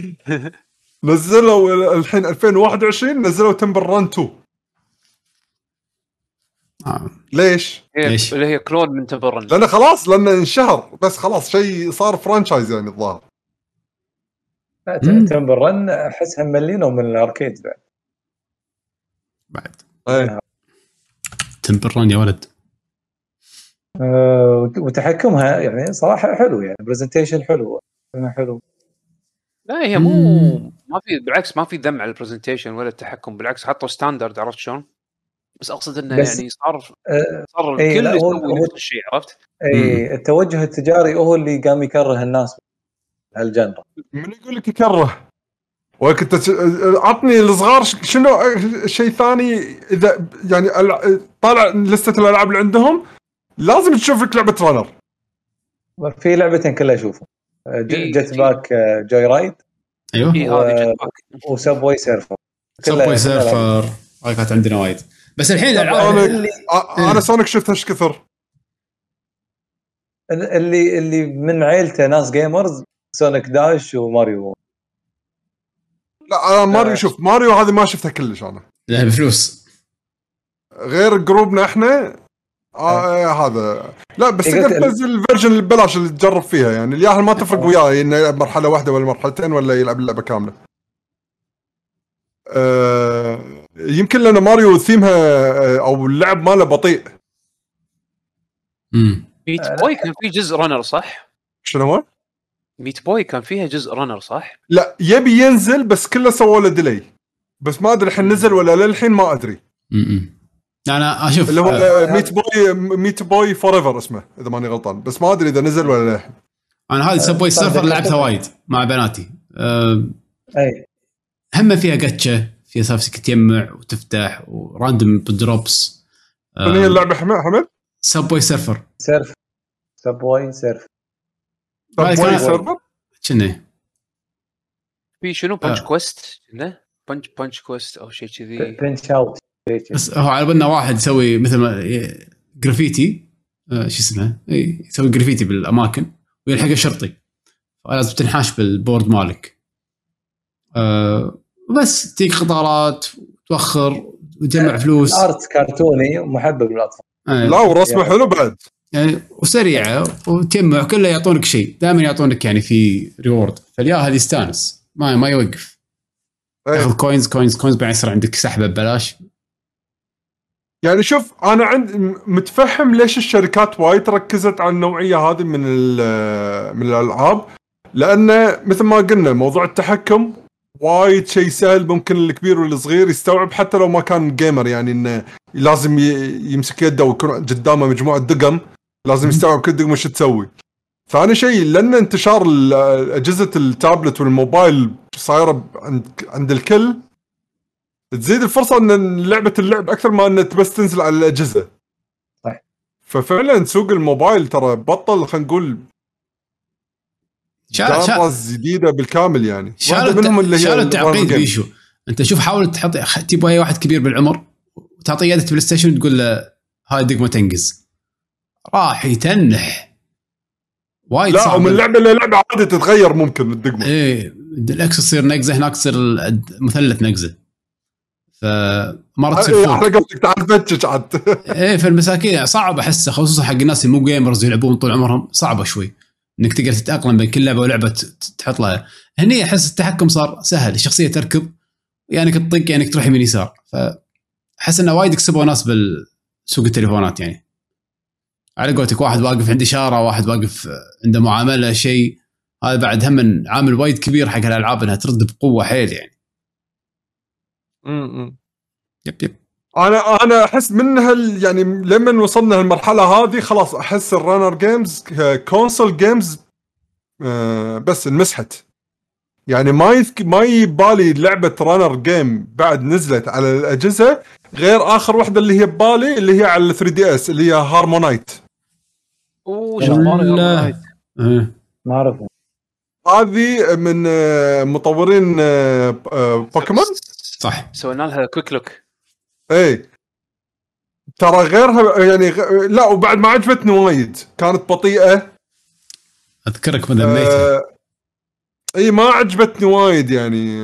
نزلوا الحين 2021 نزلوا تمبل ران 2. ليش اللي هي كلون من تمبل ران؟ لأن خلاص لأن انشهر، بس خلاص شيء صار فرانشايز يعني الظاهر. تمبل رن احسها ملينه من الاركيد بعد تمبل رن يا ولد. وتحكمها يعني صراحه حلو، يعني برزنتيشن حلو. لا هي مو ما في، بالعكس ما في ذم على البرزنتيشن ولا التحكم، بالعكس حطوا ستاندرد، عرفت شلون؟ بس اقصد انه يعني صار الكل يسوي نفس الشيء، عرفت؟ التوجه التجاري هو اللي قام يكره الناس هالجنرة. من يقول لك يكره؟ وكنت عطني الصغار شنو شيء ثاني. اذا يعني طالع لستة الالعاب اللي عندهم لازم تشوف لك لعبه رانر. في لعبتين كلها اشوفهم، جت باك جوي رايد. ايوه هذه جت باك وسبوي سيرفر. سبوي سيرفر هاي كانت عندنا وايد. بس الحين الالعاب انا سونيك شفت ايش كثر اللي من عيلته ناس جيمرز، سونيك داش وماريو. لا ماريو شوف ماريو هذه ما شفتها كلش انا، لا بفلوس غير جروبنا احنا هذا. لا بس تقدر تنزل الفيرجن اللي ببلاش اللي تجرب فيها، يعني الياهل ما تفرق وياه انه يلعب مرحله واحده ولا مرحلتين ولا يلعب اللعبه كامله. يمكن لأن ماريو ثيمها أو اللعب ماله بطيء. ميت بوي كان فيه جزء رانر صح؟ شنو هو؟ ميت بوي كان فيها جزء رانر صح؟ لا يبي ينزل بس كله سووا له ديلي، بس ما ادري الحين نزل ولا للحين ما ادري. انا اشوف اللي هو ميت بوي فور ايفر اسمه اذا ماني غلطان، بس ما ادري اذا نزل ولا لا. انا هذه سبوي سيرفر لعبتها وايد مع بناتي. اي هم فيها جاتشا، فيها سالفه تجمع وتفتح وراندوم دروبس. من هي اللعبه حمد؟ سبوي سيرفر. سبوي سيرفر كنا في شنو بانش كويست كنا بانش كويست او شيء كذي. بنش اوت. بس هو على بالنا واحد يسوي مثل ما جرافيتي شو اسمه، يسوي جرافيتي بالاماكن ويلحق الشرطي، فلازم تنحاش بالبورد مالك. بس تيك قطارات توخر وتجمع فلوس. الارت كرتوني ومحبب للاطفال. لا ورسمه حلو بعد يعني وسريعه وتجمع كله يعطونك شيء، دائما يعطونك يعني في ريورد، فالياهل يستانس ما يوقف. تاخذ كوينز بعدين يصير عندك سحبه ببلاش. يعني شوف انا متفهم ليش الشركات وايد ركزت على النوعيه هذه من الالعاب، لانه مثل ما قلنا موضوع التحكم وايد شيء سهل، ممكن الكبير والصغير يستوعب حتى لو ما كان جيمر. يعني انه لازم يمسك يده ويكون قدامه مجموعه دقم، لازم يستوعب كل دقمه وش تسوي. فانا شيء لان انتشار اجهزه التابلت والموبايل صايره عند الكل، تزيد الفرصه ان اللعب اكثر ما ان بس تنزل على الاجهزه. صح. ففعلا سوق الموبايل ترى بطل، خلينا نقول جارز جديده بالكامل. يعني واحده منهم اللي هي التعقيد بيشو. انت شوف حاول تجيب اي واحد كبير بالعمر وتعطيه يده بلاي ستيشن وتقول له هاي دقمه تنقز، راح يتنح وايد. لا ومن لعبه للعبه عادي تتغير ممكن الدقمه. الاكس تصير نقزه، هناك تصير مثلث نقزه، فمرة تصير فوق. قصدك تعال فتش عاد. فالمساكين صعب احسه، خصوصا حق الناس اللي مو جيمرز يلعبون طول عمرهم، صعبه شوي انك تقدر تتاقلم بين كل لعبه ولعبه تحط لها. هني احس التحكم صار سهل، الشخصيه تركب يعني تطق يعني تروح يمين يسار، فاحس انه وايد كسبوا ناس بالسوق التليفونات. يعني على قولتك واحد واقف عند اشاره، واحد واقف عنده معامله شيء، هذا بعد هم من عامل وايد كبير حق الالعاب انها ترد بقوه حيل يعني. يب انا احس من يعني لما وصلنا للمرحله هذه خلاص احس الرانر جيمز كونسول جيمز بس انمسحت. يعني ما يبالي لعبه رانر جيم بعد نزلت على الاجهزه غير اخر واحده اللي هي ببالي اللي هي على 3DS اللي هي هارمونايت. هارمونايت ما اعرف. هذه من مطورين بوكيمون صح، سوينا لها كويك لوك. اي ترى غيرها يعني لا، وبعد ما عجبتني وايد، كانت بطيئه. اذكرك من الميتة. اي ما عجبتني وايد يعني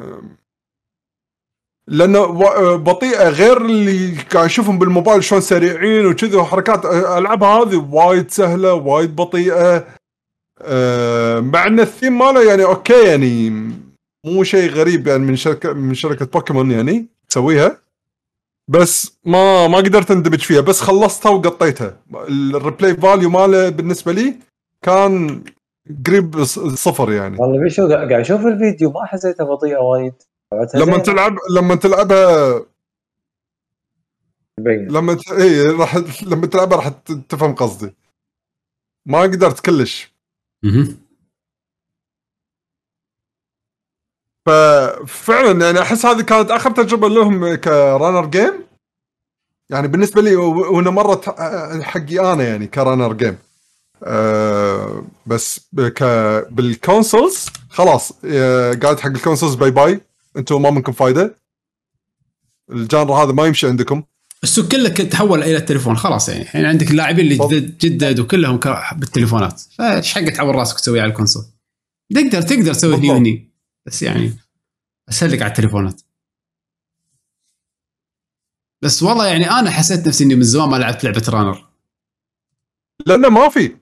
لانه بطيئه، غير اللي قاعد نشوفهم بالموبايل شلون سريعين وكذا وحركات. العبها هذه وايد سهله وايد بطيئه، مع ان الثيم ماله يعني اوكي، يعني مو شيء غريب يعني من شركه بوكيمون يعني تسويها، بس ما قدرت اندمج فيها. بس خلصتها وقطيتها. الريبلاي فاليو ماله بالنسبه لي كان قريب صفر يعني. والله بيشو قاعد اشوف الفيديو ما حسيتها بطيئه وايد. لما تلعبها يبين. لما تلعبها راح تفهم قصدي. ما قدرت كلش. ففعلا يعني احس هذه كانت اخر تجربه لهم كرانر جيم يعني بالنسبه لي، وانا مرت حقي انا يعني كرانر جيم. بس بالكونسولز خلاص قاعد حق الكونسولز باي باي، انتم ما منكم فايده، الجانر هذا ما يمشي عندكم. السوق كله تحول الى التليفون خلاص. يعني الحين عندك اللاعبين اللي جدد وكلهم بالتليفونات، فايش حق تعور راسك تسوي على الكونسول؟ تقدر تسوي هني وهني، بس يعني اسهل لك على التليفونات. بس والله يعني انا حسيت نفسي اني من زمان ما لعبت لعبه رانر، لانه ما في.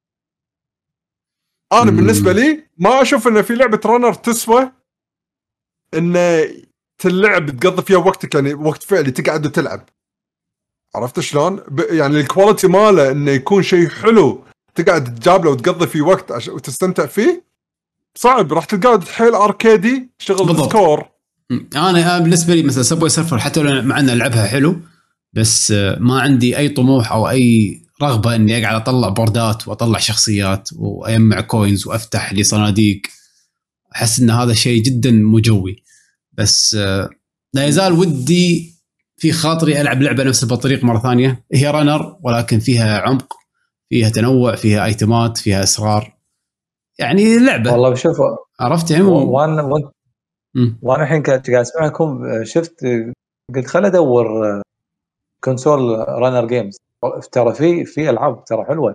انا بالنسبه لي ما اشوف ان في لعبه رانر تسوى ان تلعب تقضي فيها وقتك، يعني وقت فعلي تقعد وتلعب. عرفت شلون؟ يعني الكواليتي ماله انه يكون شيء حلو تقعد تجاب له وتقضي فيه وقت وتستمتع فيه، صعب. راح تلقاه حيل اركيدي شغل بالضبط. سكور. انا بالنسبه لي مثلا سبوي سيرفر حتى لو مع ان العبها حلو، بس ما عندي اي طموح او اي رغبه اني اقعد اطلع بوردات واطلع شخصيات واجمع كوينز وافتح لي صناديق. احس ان هذا شيء جدا مجوي، بس لا يزال ودي في خاطري العب لعبه نفس الطريق مره ثانيه، هي رانر ولكن فيها عمق، فيها تنوع، فيها ايتمات، فيها اسرار، يعني لعبه. والله بشوف عرفت يعني وانا الحين قاعد اسمعكم شفت قلت خل ادور كونسول رانر جيمز. ترى في العاب ترى حلوه.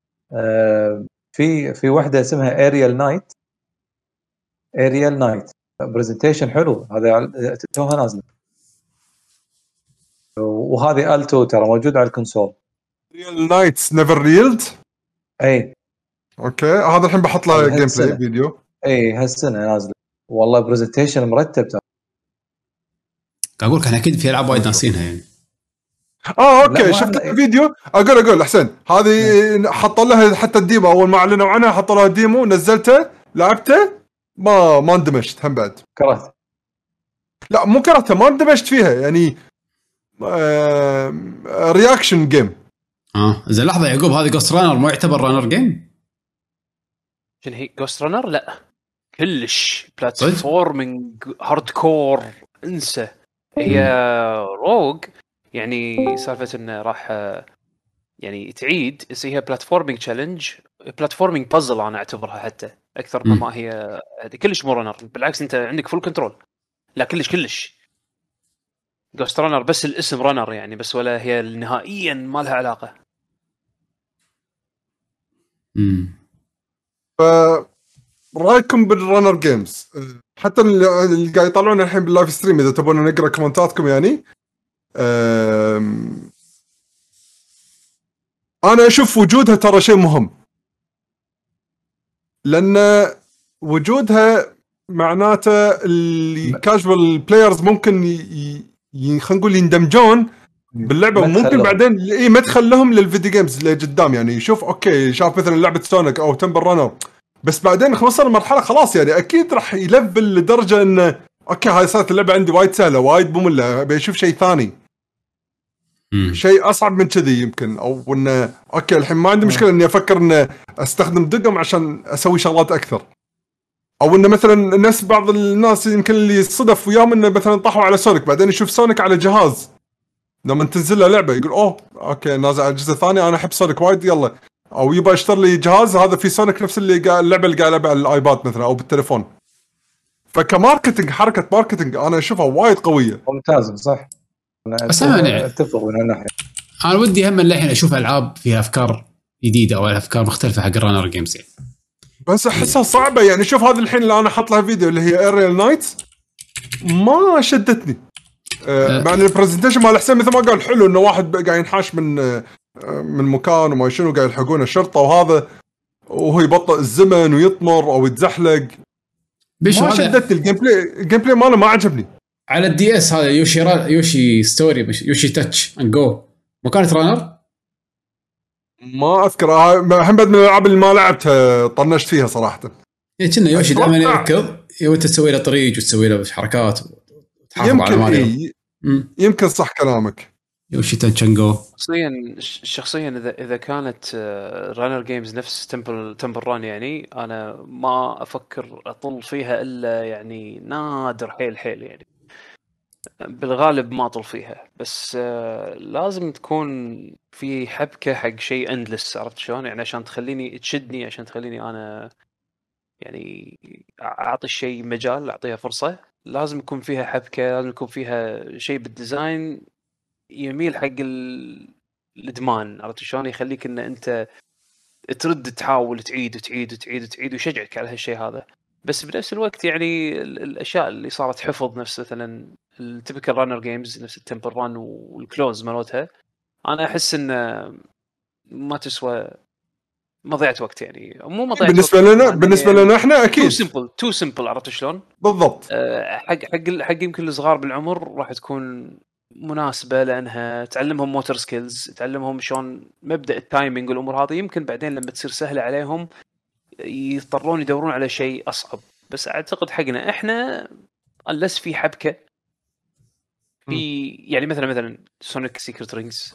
في واحده اسمها اريال نايت برزنتيشن حلو، هذا توها نازله. وهذه التو ترى موجود على الكونسول. ريال نايتس نيفر ريلد. اي اوكي هذا الحين بحط له جيم بلاي فيديو. اي هالسنه نازله والله، برزنتيشن مرتب ترى. اقول لك انا اكيد في العاب وايد ناسينها يعني. اوكي شفت الفيديو. اقول حسين هذه حط لها حتى الديمو اول ما اعلنوا عنها، حط لها ديمو نزلته لعبته ما اندمجت هم بعد. كرهت. لا مو كرهتها، ما اندمجت فيها يعني. رياكشن جيم. اذا لحظه يعقوب، هذه جوست رانر مو يعتبر رانر جيم؟ شنو هي جوست رانر؟ لا كلش بلاتفورمينج هارد كور، انسى. هي روج يعني سالفه انه راح يعني تعيد، هي بلاتفورمينج تشالنج، بلاتفورمينج بازل انا اعتبرها حتى اكثر مما هي كلش مو رانر. بالعكس انت عندك فول كنترول. لا كلش جوست رانر بس الاسم رانر يعني، بس ولا هي نهائيا ما لها علاقه. رايكم بالرانر جيمز؟ حتى اللي قاعد يطلعون الحين باللايف ستريم اذا تبون نقرا كومنتاتكم يعني. انا اشوف وجودها ترى شيء مهم، لان وجودها معناته الكاجوال بلايرز ممكن خلينا نقول يندمجون باللعبه، وممكن بعدين مدخل لهم للفيديو جيمز اللي قدام. يعني يشوف اوكي شاف مثلا لعبه سونيك او تمبل رانر، بس بعدين خلصنا المرحله خلاص يعني اكيد راح يلفل لدرجه انه اوكي هاي صارت اللعبه عندي وايد سهله وايد ممله، بيشوف شيء ثاني شيء اصعب من كذي يمكن. او انه اوكي الحين ما عندي مشكله اني افكر انه استخدم دقم عشان اسوي شغلات اكثر. او انه مثلا الناس بعض الناس يمكن اللي صدف وياهم انه مثلا طاحوا على سونيك، بعدين يشوف سونيك على جهاز لما تنزل له لعبه يقول اوكي نازل على الجزء الثاني انا احب سونيك وايد يلا، او يبغى يشتري لي جهاز هذا في سونيك نفس اللعبه اللي قاعد العبها على الايباد مثلا او بالتليفون. فكماركتينج حركه ماركتينج انا اشوفها وايد قويه. ممتاز صح. بس انا اتفق من هالناحيه. انا ودي هم الحين اشوف العاب فيها افكار جديده او افكار مختلفه حق الرانر جيمز يعني. بس احسها صعبه يعني. شوف هذا الحين اللي انا حط لها فيديو اللي هي اريال نايتس ما شدتني. مع ان البرزنتيشن مال حسين مثل ما قال حلو انه واحد قاعد ينحاش من مكان وما شنو قاعد يلحقون الشرطه وهذا، وهو يبطئ الزمن ويطمر او يتزحلق. ما شدتني الجيم بلاي ماله ما عجبني. على الدي اس هذا يوشي ستوري يوشي تاتش اند جو ما كانت رانر؟ ما اذكر. هم بعد من الالعاب اللي ما لعبتها طنشت فيها صراحه. كنا يوشي دائما يركض وانت تسوي له طريق وتسوي له حركات وتحافظ على ماريو. يمكن صح كلامك. يوشي تاتشنجو شخصيا اذا كانت رانر جيمز نفس تمبل ران يعني انا ما افكر اطل فيها الا يعني نادر حيل يعني. بالغالب ما اطل فيها، بس لازم تكون في حبكه حق شيء اندلس. عرفت شلون يعني؟ عشان تخليني تشدني، عشان تخليني انا يعني اعطي الشيء مجال، اعطيها فرصه. لازم يكون فيها حبكه، لازم يكون فيها شيء بالديزاين يميل حق الادمان. عرفت شلون؟ يخليك ان انت ترد تحاول تعيد ويشجعك على هالشيء هذا. بس بنفس الوقت يعني الاشياء اللي صارت حفظ نفس مثلا التيبيكال رانر جيمز نفس التمبل ران والكلوز مالتها، انا احس ان ما تسوى مضيعة وقت يعني. مو مضيعة بالنسبه وقت لنا يعني بالنسبه لنا احنا اكيد تو سمبل. عرفت شلون؟ بالضبط. حق يمكن الصغار بالعمر راح تكون مناسبه لانها تعلمهم موتور سكيلز، تعلمهم شلون مبدا التايمينج والامور هذه. يمكن بعدين لما تصير سهله عليهم يضطرون يدورون على شيء اصعب. بس اعتقد حقنا احنا unless في حبكه في يعني مثلا سونيك سيكريت رينجز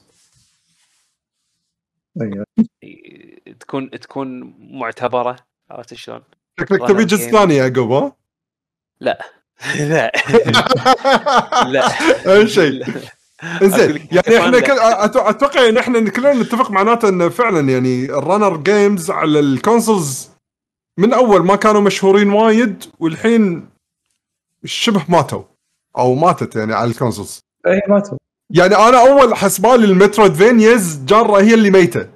تكون معتبره، عرفت شلون؟ شكلك تبي جزء ثاني يا يعقوب ها؟ لا لا لا اي شيء. زين يعني احنا اتوقع ان احنا كلنا نتفق معناته ان فعلا يعني الرانر جيمز على الكونسولز من اول ما كانوا مشهورين وايد والحين شبه ماتوا او ماتت يعني على الكونسولز. اي ماتوا. يعني انا اول حسبالي المترويدفينياز جاره هي اللي ميته،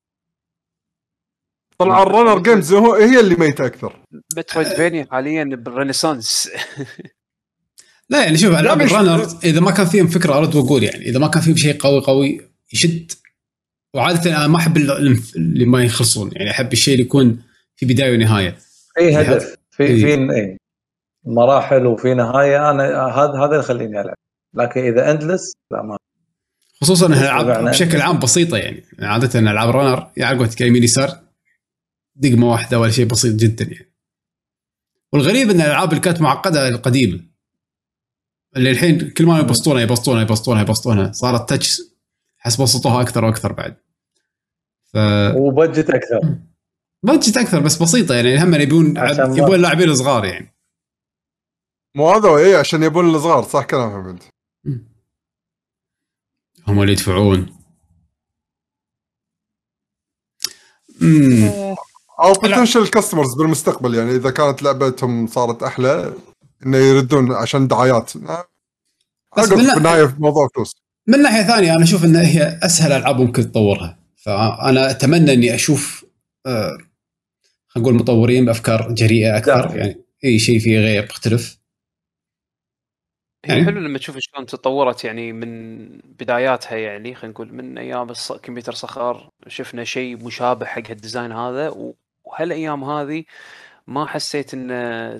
طلع الرانر جيمز هي اللي ميته اكثر. مترويدفينيا حاليا بالرينيسانس. لا يعني شوف العاب الرانر اذا ما كان فيهم فكره، ارد واقول يعني اذا ما كان فيهم شيء قوي يشد. وعاده انا ما احب اللي ما يخلصون، يعني احب الشيء اللي يكون في بدايه ونهايه، في هدف في مراحل وفي نهايه. انا هذا اللي يخليني العب. لكن اذا اندلس لا ما. خصوصا انها العاب بشكل عام بسيطه، يعني عاده العاب رانر يعقد يمين يسار دقمه واحده ولا شيء بسيط جدا يعني. والغريب ان الالعاب اللي كانت معقده القديمه اللي الحين كل ما يبسطونها صارت تاتش، حس بسطوها اكثر واكثر بعد. وبجت اكثر بس بسيطه يعني. الهم يبون لاعبين صغار يعني. مو هذا ايه عشان يبون الصغار. صح كلام حمد، هم اللي يدفعون. او potential customers بالمستقبل يعني اذا كانت لعبتهم صارت احلى انه يردون عشان دعايات. بس بالنهايه في موضوع فلوس. من ناحيه ثانيه انا اشوف ان هي اسهل العاب ممكن تطورها، فانا اتمنى اني اشوف خلينا نقول مطورين بافكار جريئه اكثر يعني اي شيء فيه غير مختلف. يعني حلو لما تشوف شلون تطورت يعني من بداياتها، يعني خلينا نقول من ايام الكمبيوتر صخر شفنا شيء مشابه حق هالديزاين هذا، وهالايام هذه ما حسيت انه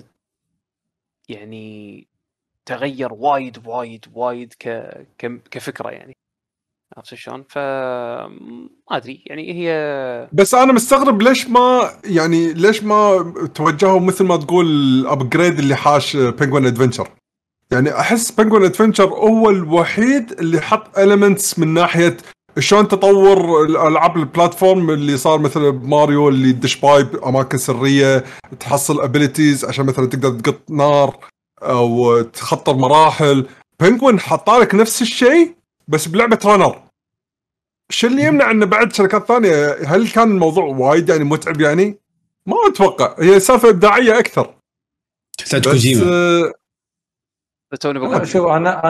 يعني تغير وايد كفكره يعني، عرفت شلون؟ ما ادري يعني هي. بس انا مستغرب ليش ما توجهوا مثل ما تقول ابجريد اللي حاش بينجوين ادفنتشر. يعني احس بينجوين ادفنتشر هو الوحيد اللي حط elements من ناحيه شلون تطور الالعاب البلاتفورم اللي صار مثل ماريو اللي تدش بايب اماكن سريه تحصل ابيليتيز عشان مثلا تقدر تقط نار او تخطر مراحل. بينجوين حطالك نفس الشيء بس بلعبه رانر. شو اللي يمنع ان بعد شركات ثانيه؟ هل كان الموضوع وايد يعني متعب؟ يعني ما اتوقع، هي سالفه ابداعيه اكثر. تحتاج كوجيما. شوف انا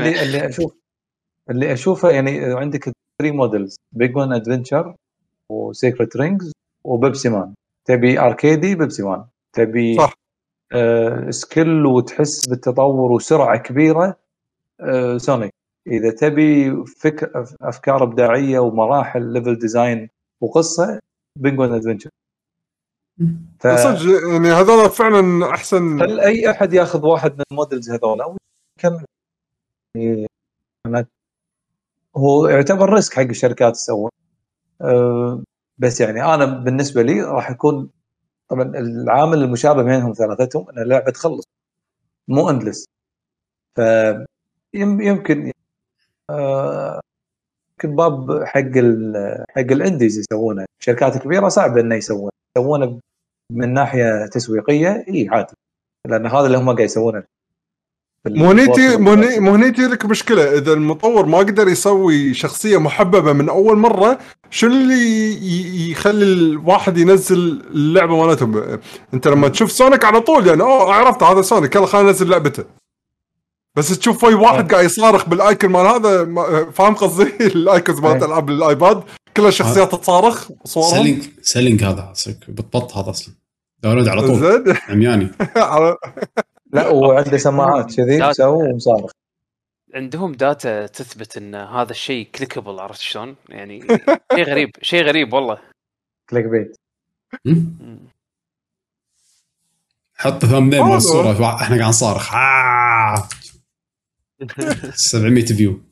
اللي اشوفه يعني عندك 3 موديلز: بيج وان ادفنتشر وسيكريت رينجز وبيبسي مان. تبي اركيدي بيبسي مان، تبي صح سكيل وتحس بالتطور وسرعه كبيره سونيك. اذا تبي افكار ابداعيه ومراحل ليفل ديزاين وقصه بيج وان ادفنتشر. يعني هذول فعلا احسن. هل اي احد ياخذ واحد من المودلز هذول او يكمل؟ هو يعتبر ريسك حق الشركات تسوي بس يعني انا بالنسبه لي راح يكون طبعا العامل المشابه بينهم ثلاثتهم ان اللعبه تخلص مو اندلس. يمكن باب حق الانديز يسوونه. الشركات الكبيره صعب انه يسوونه من ناحيه تسويقيه عادي، لان هذا اللي هم قاعد يسوونه. مهنيتي لك مشكله اذا المطور ما قدر يسوي شخصيه محببه من اول مره. شو اللي يخلي الواحد ينزل اللعبه مالتهم؟ انت لما تشوف سونيك على طول يعني عرفت هذا سونيك يلا خلينا ننزل لعبته. بس تشوف في واحد قاعد يصارخ بالايكون مال هذا، فاهم قصدي؟ الايكونز مالت العاب الايباد كلها الشخصيات تصارخ صورهم. سيلينج هذا بتبط هذا اصلا داونلود على طول عمياني. لا وعنده سماعات كذي تسوي ومصارخ. عندهم داتا تثبت ان هذا الشيء كليكبل، عرفت شلون؟ يعني شيء غريب والله. كليك بيت. حط ثمنين من الصورة احنا قاعد نصارخ. 700 فيو.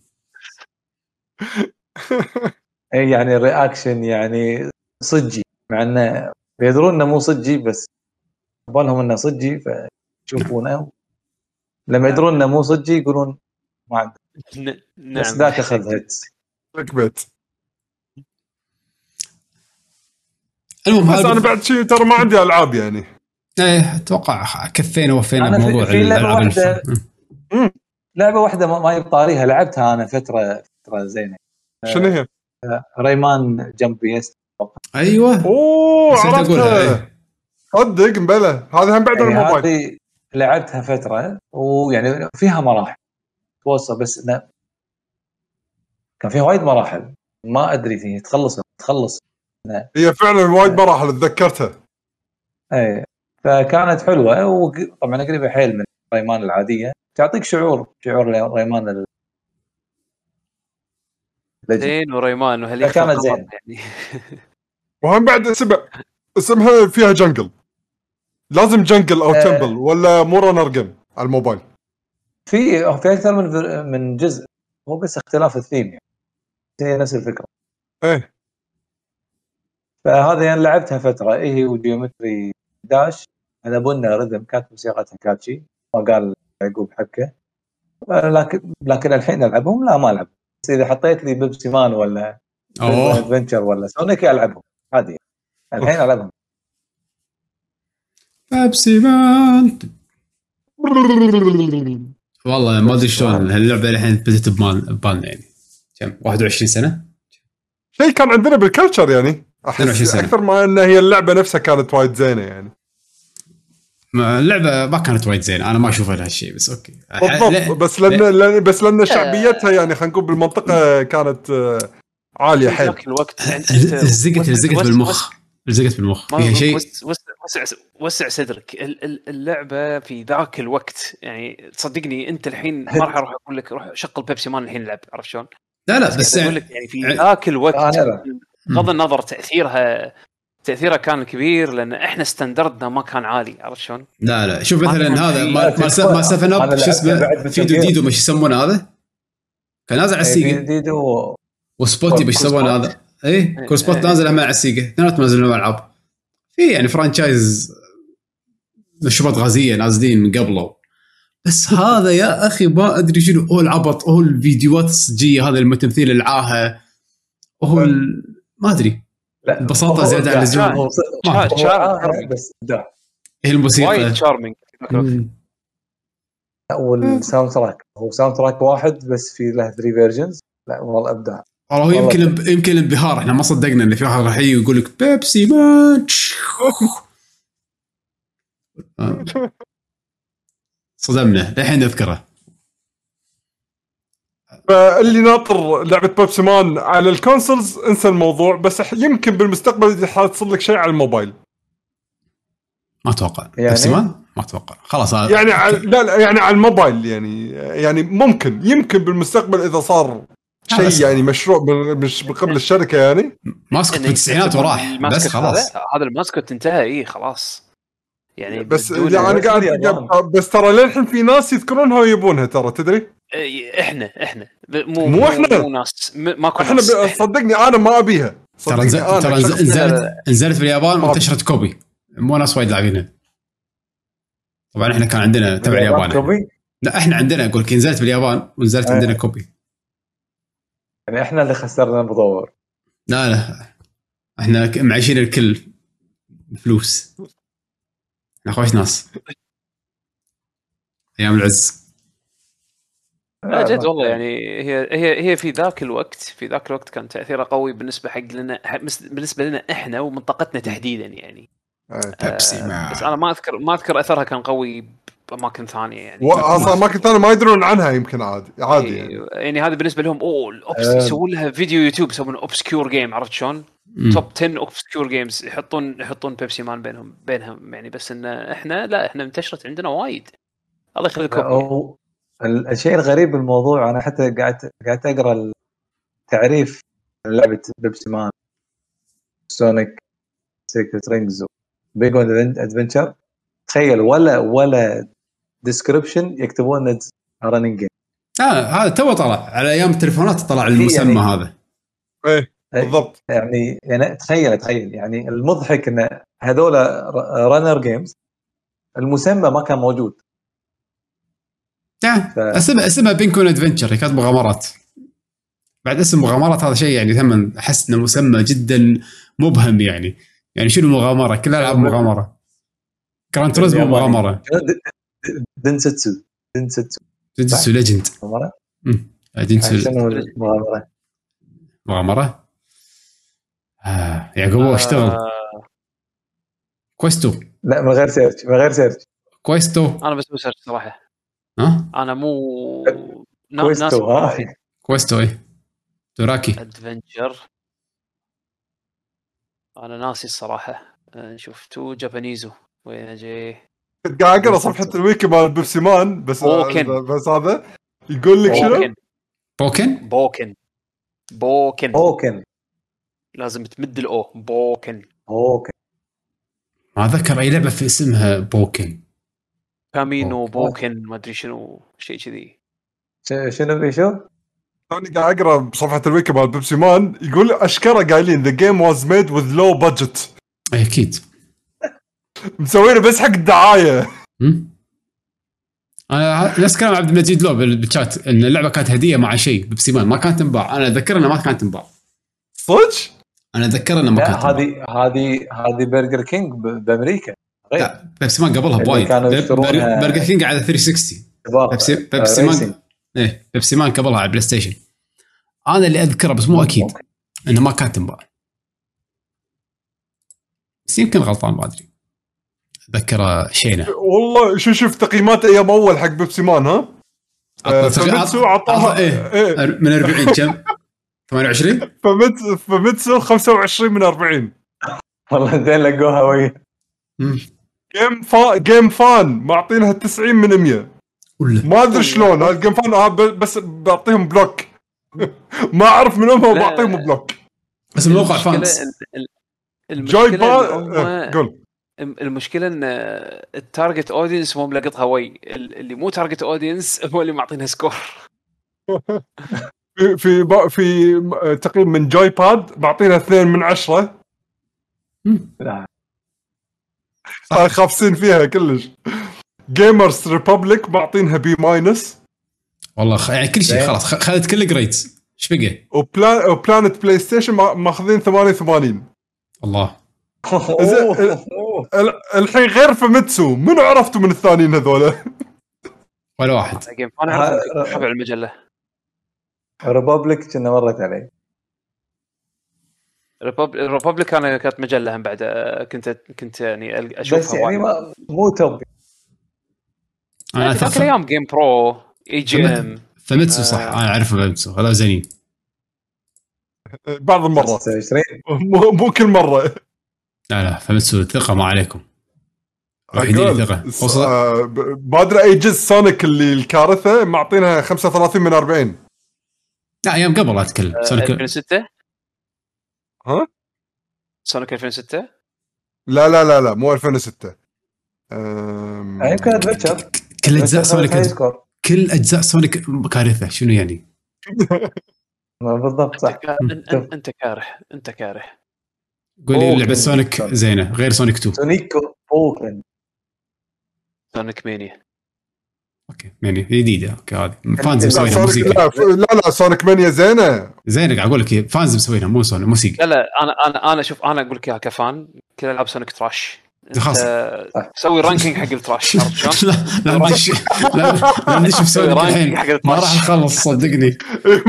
اي يعني الرياكشن يعني صجي، مع انه يدرون انه مو صجي بس بالهم انه صجي فيشوفونه. لما يدرون انه مو صجي يقولون ما عنده. نعم بس ذاك اخذ هيتس. ركبت. المهم بس انا بعد شيء ترى ما عندي العاب يعني. ايه اتوقع كفينا ووفينا أنا بموضوع في لعبة الالعاب واحدة. لعبه واحده ما يبطاريها لعبتها انا فتره زينه. شنو هي؟ ريمان جمب يس. ايوه اوه نسيت أقولها، عرفتها. إيه. صدق مبلى هذا هم بعد الموبايل. هذه لعبتها فتره ويعني فيها مراحل توصل، بس كان فيها وايد مراحل ما ادري فيه تخلص. هي فعلا وايد مراحل تذكرتها. اي فكانت حلوه، وطبعا قريبه حيل من ريمان العاديه، تعطيك شعور ريمان زين وريمان وهليك كانت زين يعني. وهم بعد اسمها فيها جنجل، لازم جنجل او تمبل ولا مو رانر جيم على الموبايل؟ في اكثر من جزء، هو بس اختلاف الثيم يعني هي نفس الفكره. ايه فهذا يعني لعبتها فتره، هي وجيومتري داش. انا بنا رذم كانت موسيقتها كاتشي ما قال يعقوب حكه، لكن الحين العبهم لا ما العب. بس اذا حطيت لي بيبسي مان ولا ادفنتشر ولا سونيك العبهم عادي الحين العبهم. بيبسي مان والله ما ادري شلون هاللعبه الحين بدت ببالنا يعني كم 21 سنه شيء كان عندنا بالكلتشر يعني 22 سنة. اكثر ما ان هي اللعبه نفسها كانت وايد زينه يعني. اللعبه ما كانت وايد زينه، انا ما اشوفها لهالشيء بس اوكي بالضبط. بس لان شعبيتها يعني خلينا نقول بالمنطقه كانت عاليه حيل. ذاك الوقت لزقت بالمخ فيها شيء. وسع صدرك. اللعبه في ذاك الوقت يعني تصدقني انت الحين ما راح اروح اقول لك روح شغل بيبسي مان الحين لعب، عرفت شلون؟ لا بس اقول لك يعني في ذاك الوقت بغض النظر تأثيرها كان كبير لأن إحنا ستاندردنا ما كان عالي، عرفت شلون؟ لا شوف مثلا هذا ما سفن اب شو اسمه ديدو مش يسمونه هذا كان نازل على السيجا ديدو وسبوتي مش يسمونه هذا كل سبوت نازل مع السيجا اثنيناتهم نازلين العاب في يعني فرانشايز مشروبات غازيه نازلين من قبله. بس هذا يا اخي ما ادري شنو العبط الفيديوهات الصجيه هذا المتمثيل العاهه ما ادري ببساطه زياده عن اللزوم بس ده هي الموسيقى وايد شارمينج. والساوند تراك هو ساوند تراك واحد بس في له 3 فيرجنز. لا والله ابداع. والله يمكن الانبهار احنا ما صدقنا ان في واحد راح يجي ويقول لك بيبسي مان صدمنا الحين نذكره. فاللي ناطر لعبه بيبسي مان على الكونسولز انسى الموضوع، بس يمكن بالمستقبل حتصل لك شيء على الموبايل. ما اتوقع يعني بيبسي مان ما اتوقع خلاص يعني لا يعني على الموبايل يعني ممكن يمكن بالمستقبل اذا صار شيء يعني مشروع مش قبل الشركه يعني ماسكت في التسعينات وراح بس خلاص هذا الماسكت انتهى خلاص يعني. بس يعني قاعد بس ترى للحين في ناس يذكرونها ويبونها ترى تدري. احنا مو احنا مو ناس ماكو احنا صدقني انا ما ابيها. ترى نزلت في اليابان وانتشرت كوبي مو ناس وايد لاعبينها. طبعا احنا كان عندنا تبع اليابان لا احنا عندنا اقول لك نزلت باليابان ونزلت عندنا كوبي يعني احنا اللي خسرنا المطور. لا احنا معيشين الكل فلوس احنا خوش ناس ايام العز. لا جد والله يعني هي في ذاك الوقت كان تأثيرها قوي بالنسبة حق لنا بالنسبة لنا احنا ومنطقتنا تحديدا يعني. بس انا ما اذكر اثرها كان قوي باماكن ثانيه يعني. اصلا اماكن ثانيه ما يدرون عنها يمكن عادي يعني هذا بالنسبه لهم يسوون لها فيديو يوتيوب يسوون اوبسكيور جيم، عرفت شلون؟ توب 10 اوبسكيور جيمز يحطون بيبسي مان بينهم يعني. بس ان احنا انتشرت عندنا وايد. الله يخليكم. الشيء الغريب بالموضوع انا حتى قاعد اقرا التعريف لعبه بيبسي مان سونيك سيكريت رينجز بيجون ادفنتشر. تخيل ولا ديسكريبشن يكتبون رننج جيم. هذا تو طلع على ايام التليفونات، طلع المسمى يعني هذا. ايه بالضبط. يعني تخيل يعني المضحك ان هذول رانر جيمز المسمى ما كان موجود. اسمها بينكون ادفنتشر، كانت مغامرات. بعد اسم مغامرات هذا شيء يعني ثمن، احس انه مسمى جدا مبهم. يعني شنو مغامره؟ كلها العاب مغامره. جراند توريزمو مغامره. دنساتسو ليجند. دنساتسو مغامره. يعقوب اشتغل. كويستو. لا من غير سيرش. كويستو. انا بس بسيرش صراحه. انا مو كويستو اي دوراكي ادفنتشر. انا ناسي الصراحه. نشوف تو جابانيزو وين جاي. قاعد اقرا صفحه الويكي مال بيبسي مان بس هذا يقول لك شنو بوكن لازم تمد الاو. بوكن ما ذكر اي لعبه في اسمها بوكن. كامينو بوكن ما ادري شنو شيء كذي. شنو بيشو. انا قاعد اقرا بصفحه الويكي مال بيبسي مان يقول اشكره قايلين the game was made with low budget. اكيد مسوينه بس حق الدعايه. انا نفس كلام عبد المجيد لو بالشات ان اللعبه كانت هديه مع شيء بيبسي مان، ما كانت تنباع. انا اتذكر انها ما كانت تنباع صدق. انا اتذكر انها ما كانت تنباع. هذه برجر كينج بامريكا. لا بيبسي مان قبلها بوايد. برجر كينج على 360. بيبسي مان بيبسي مان قبلها على بلاي ستيشن. انا اللي اذكره بس مو اكيد انه ما كانت تنباع، بس يمكن غلطان ما ادري. ذكر شينه والله. شوف تقييمات ايام اول حق بيبسي مان. ها فميتسو عطاها من 40 كم 28. فميتسو 25 من 40. والله زين لقوها ويا جيم فان معطينها 90 من 100. ما ادري شلون هالجيم فان بس بعطيهم بلوك. ما اعرف منهم هو بعطيهم بلوك. بس الموقع فانس جوي قول. المشكله ان التارجت اودينس مو ملقطها وي. اللي مو تارجت اودينس هو اللي معطينها سكور. في تقييم من جوي باد بعطينها 2 من 10. خافسين فيها كلش. جيمرز ريبابليك بعطينها بي ماينس. والله يعني كل شيء خلاص خذت كل جريدز. ايش بقى؟ وبلانت بلاي ستيشن ماخذين 88. الله. الحين غير فميتسو منو عرفتوا من الثانيين هذولا؟ ولا واحد. انا اعرف تبع المجله ريبابليك كنا مرت علي. ريبابليك كانت مجله هم بعد. كنت يعني اشوفها بس يعني مو توب. انا فاكر ايام جيم برو اي جي ام. فميتسو صح. انا اعرف فميتسو هذا زينين بعض المرات مو كل مره. لا فميتسو ثقه ما عليكم. بادر اي جزء سونيك اللي الكارثه معطينها 35 من 40. لا ايام قبل لا اتكلم. سونيك 2006. ها سونيك 2006. لا مو 2006. يمكن ادفنتشر. كل اجزاء سونيك كارثه. شنو يعني؟ بالضبط صح. انت كاره. قولي لعبه سونيك زينه غير سونيك 2. سونيك مانيا. اوكي مانيا جديده. اوكي هذه فانز مسوينها موسيقى. لا سونيك مانيا زينه قاعد اقول لك فانز مسوينها مو سونيك موسيقى. لا انا شوف انا اقول لك اياها كفان كل العاب سونيك تراش. خلاص سوي رانكينج حق التراش. لا ندش في سونيك الحين ما راح نخلص صدقني.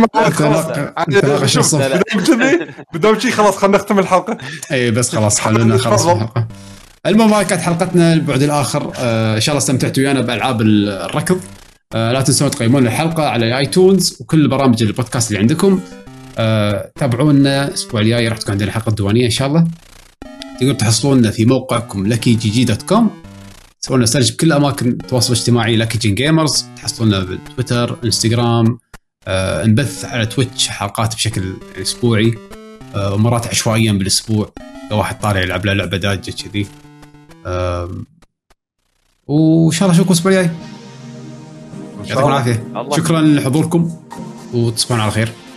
بدون شيء خلاص خلينا نختم الحلقه. اي بس خلاص خلونا نخلص الحلقه. المهم هاي كانت حلقتنا البعد الاخر. ان شاء الله استمتعتوا ويانا بالعاب الركض. لا تنسون تقيمون الحلقه على ايتونز وكل برامج البودكاست اللي عندكم. تابعونا الاسبوع الجاي راح تكون عندنا حلقه ديوانيه ان شاء الله. تقدروا تحصلوننا في موقعكم luckygg.com. تسوون سيرش بكل اماكن التواصل الاجتماعي Lucky Gin Gamers. تحصلونا بالتويتر انستغرام. نبث على تويتش حلقات بشكل اسبوعي ومرات عشوائيا بالاسبوع لو واحد طالع يلعب له لعبه داجه كذي. وان شاء الله اشوفكم الاسبوع الجاي. يعطيكم العافيه، شكرا لحضوركم وتصبحون على خير.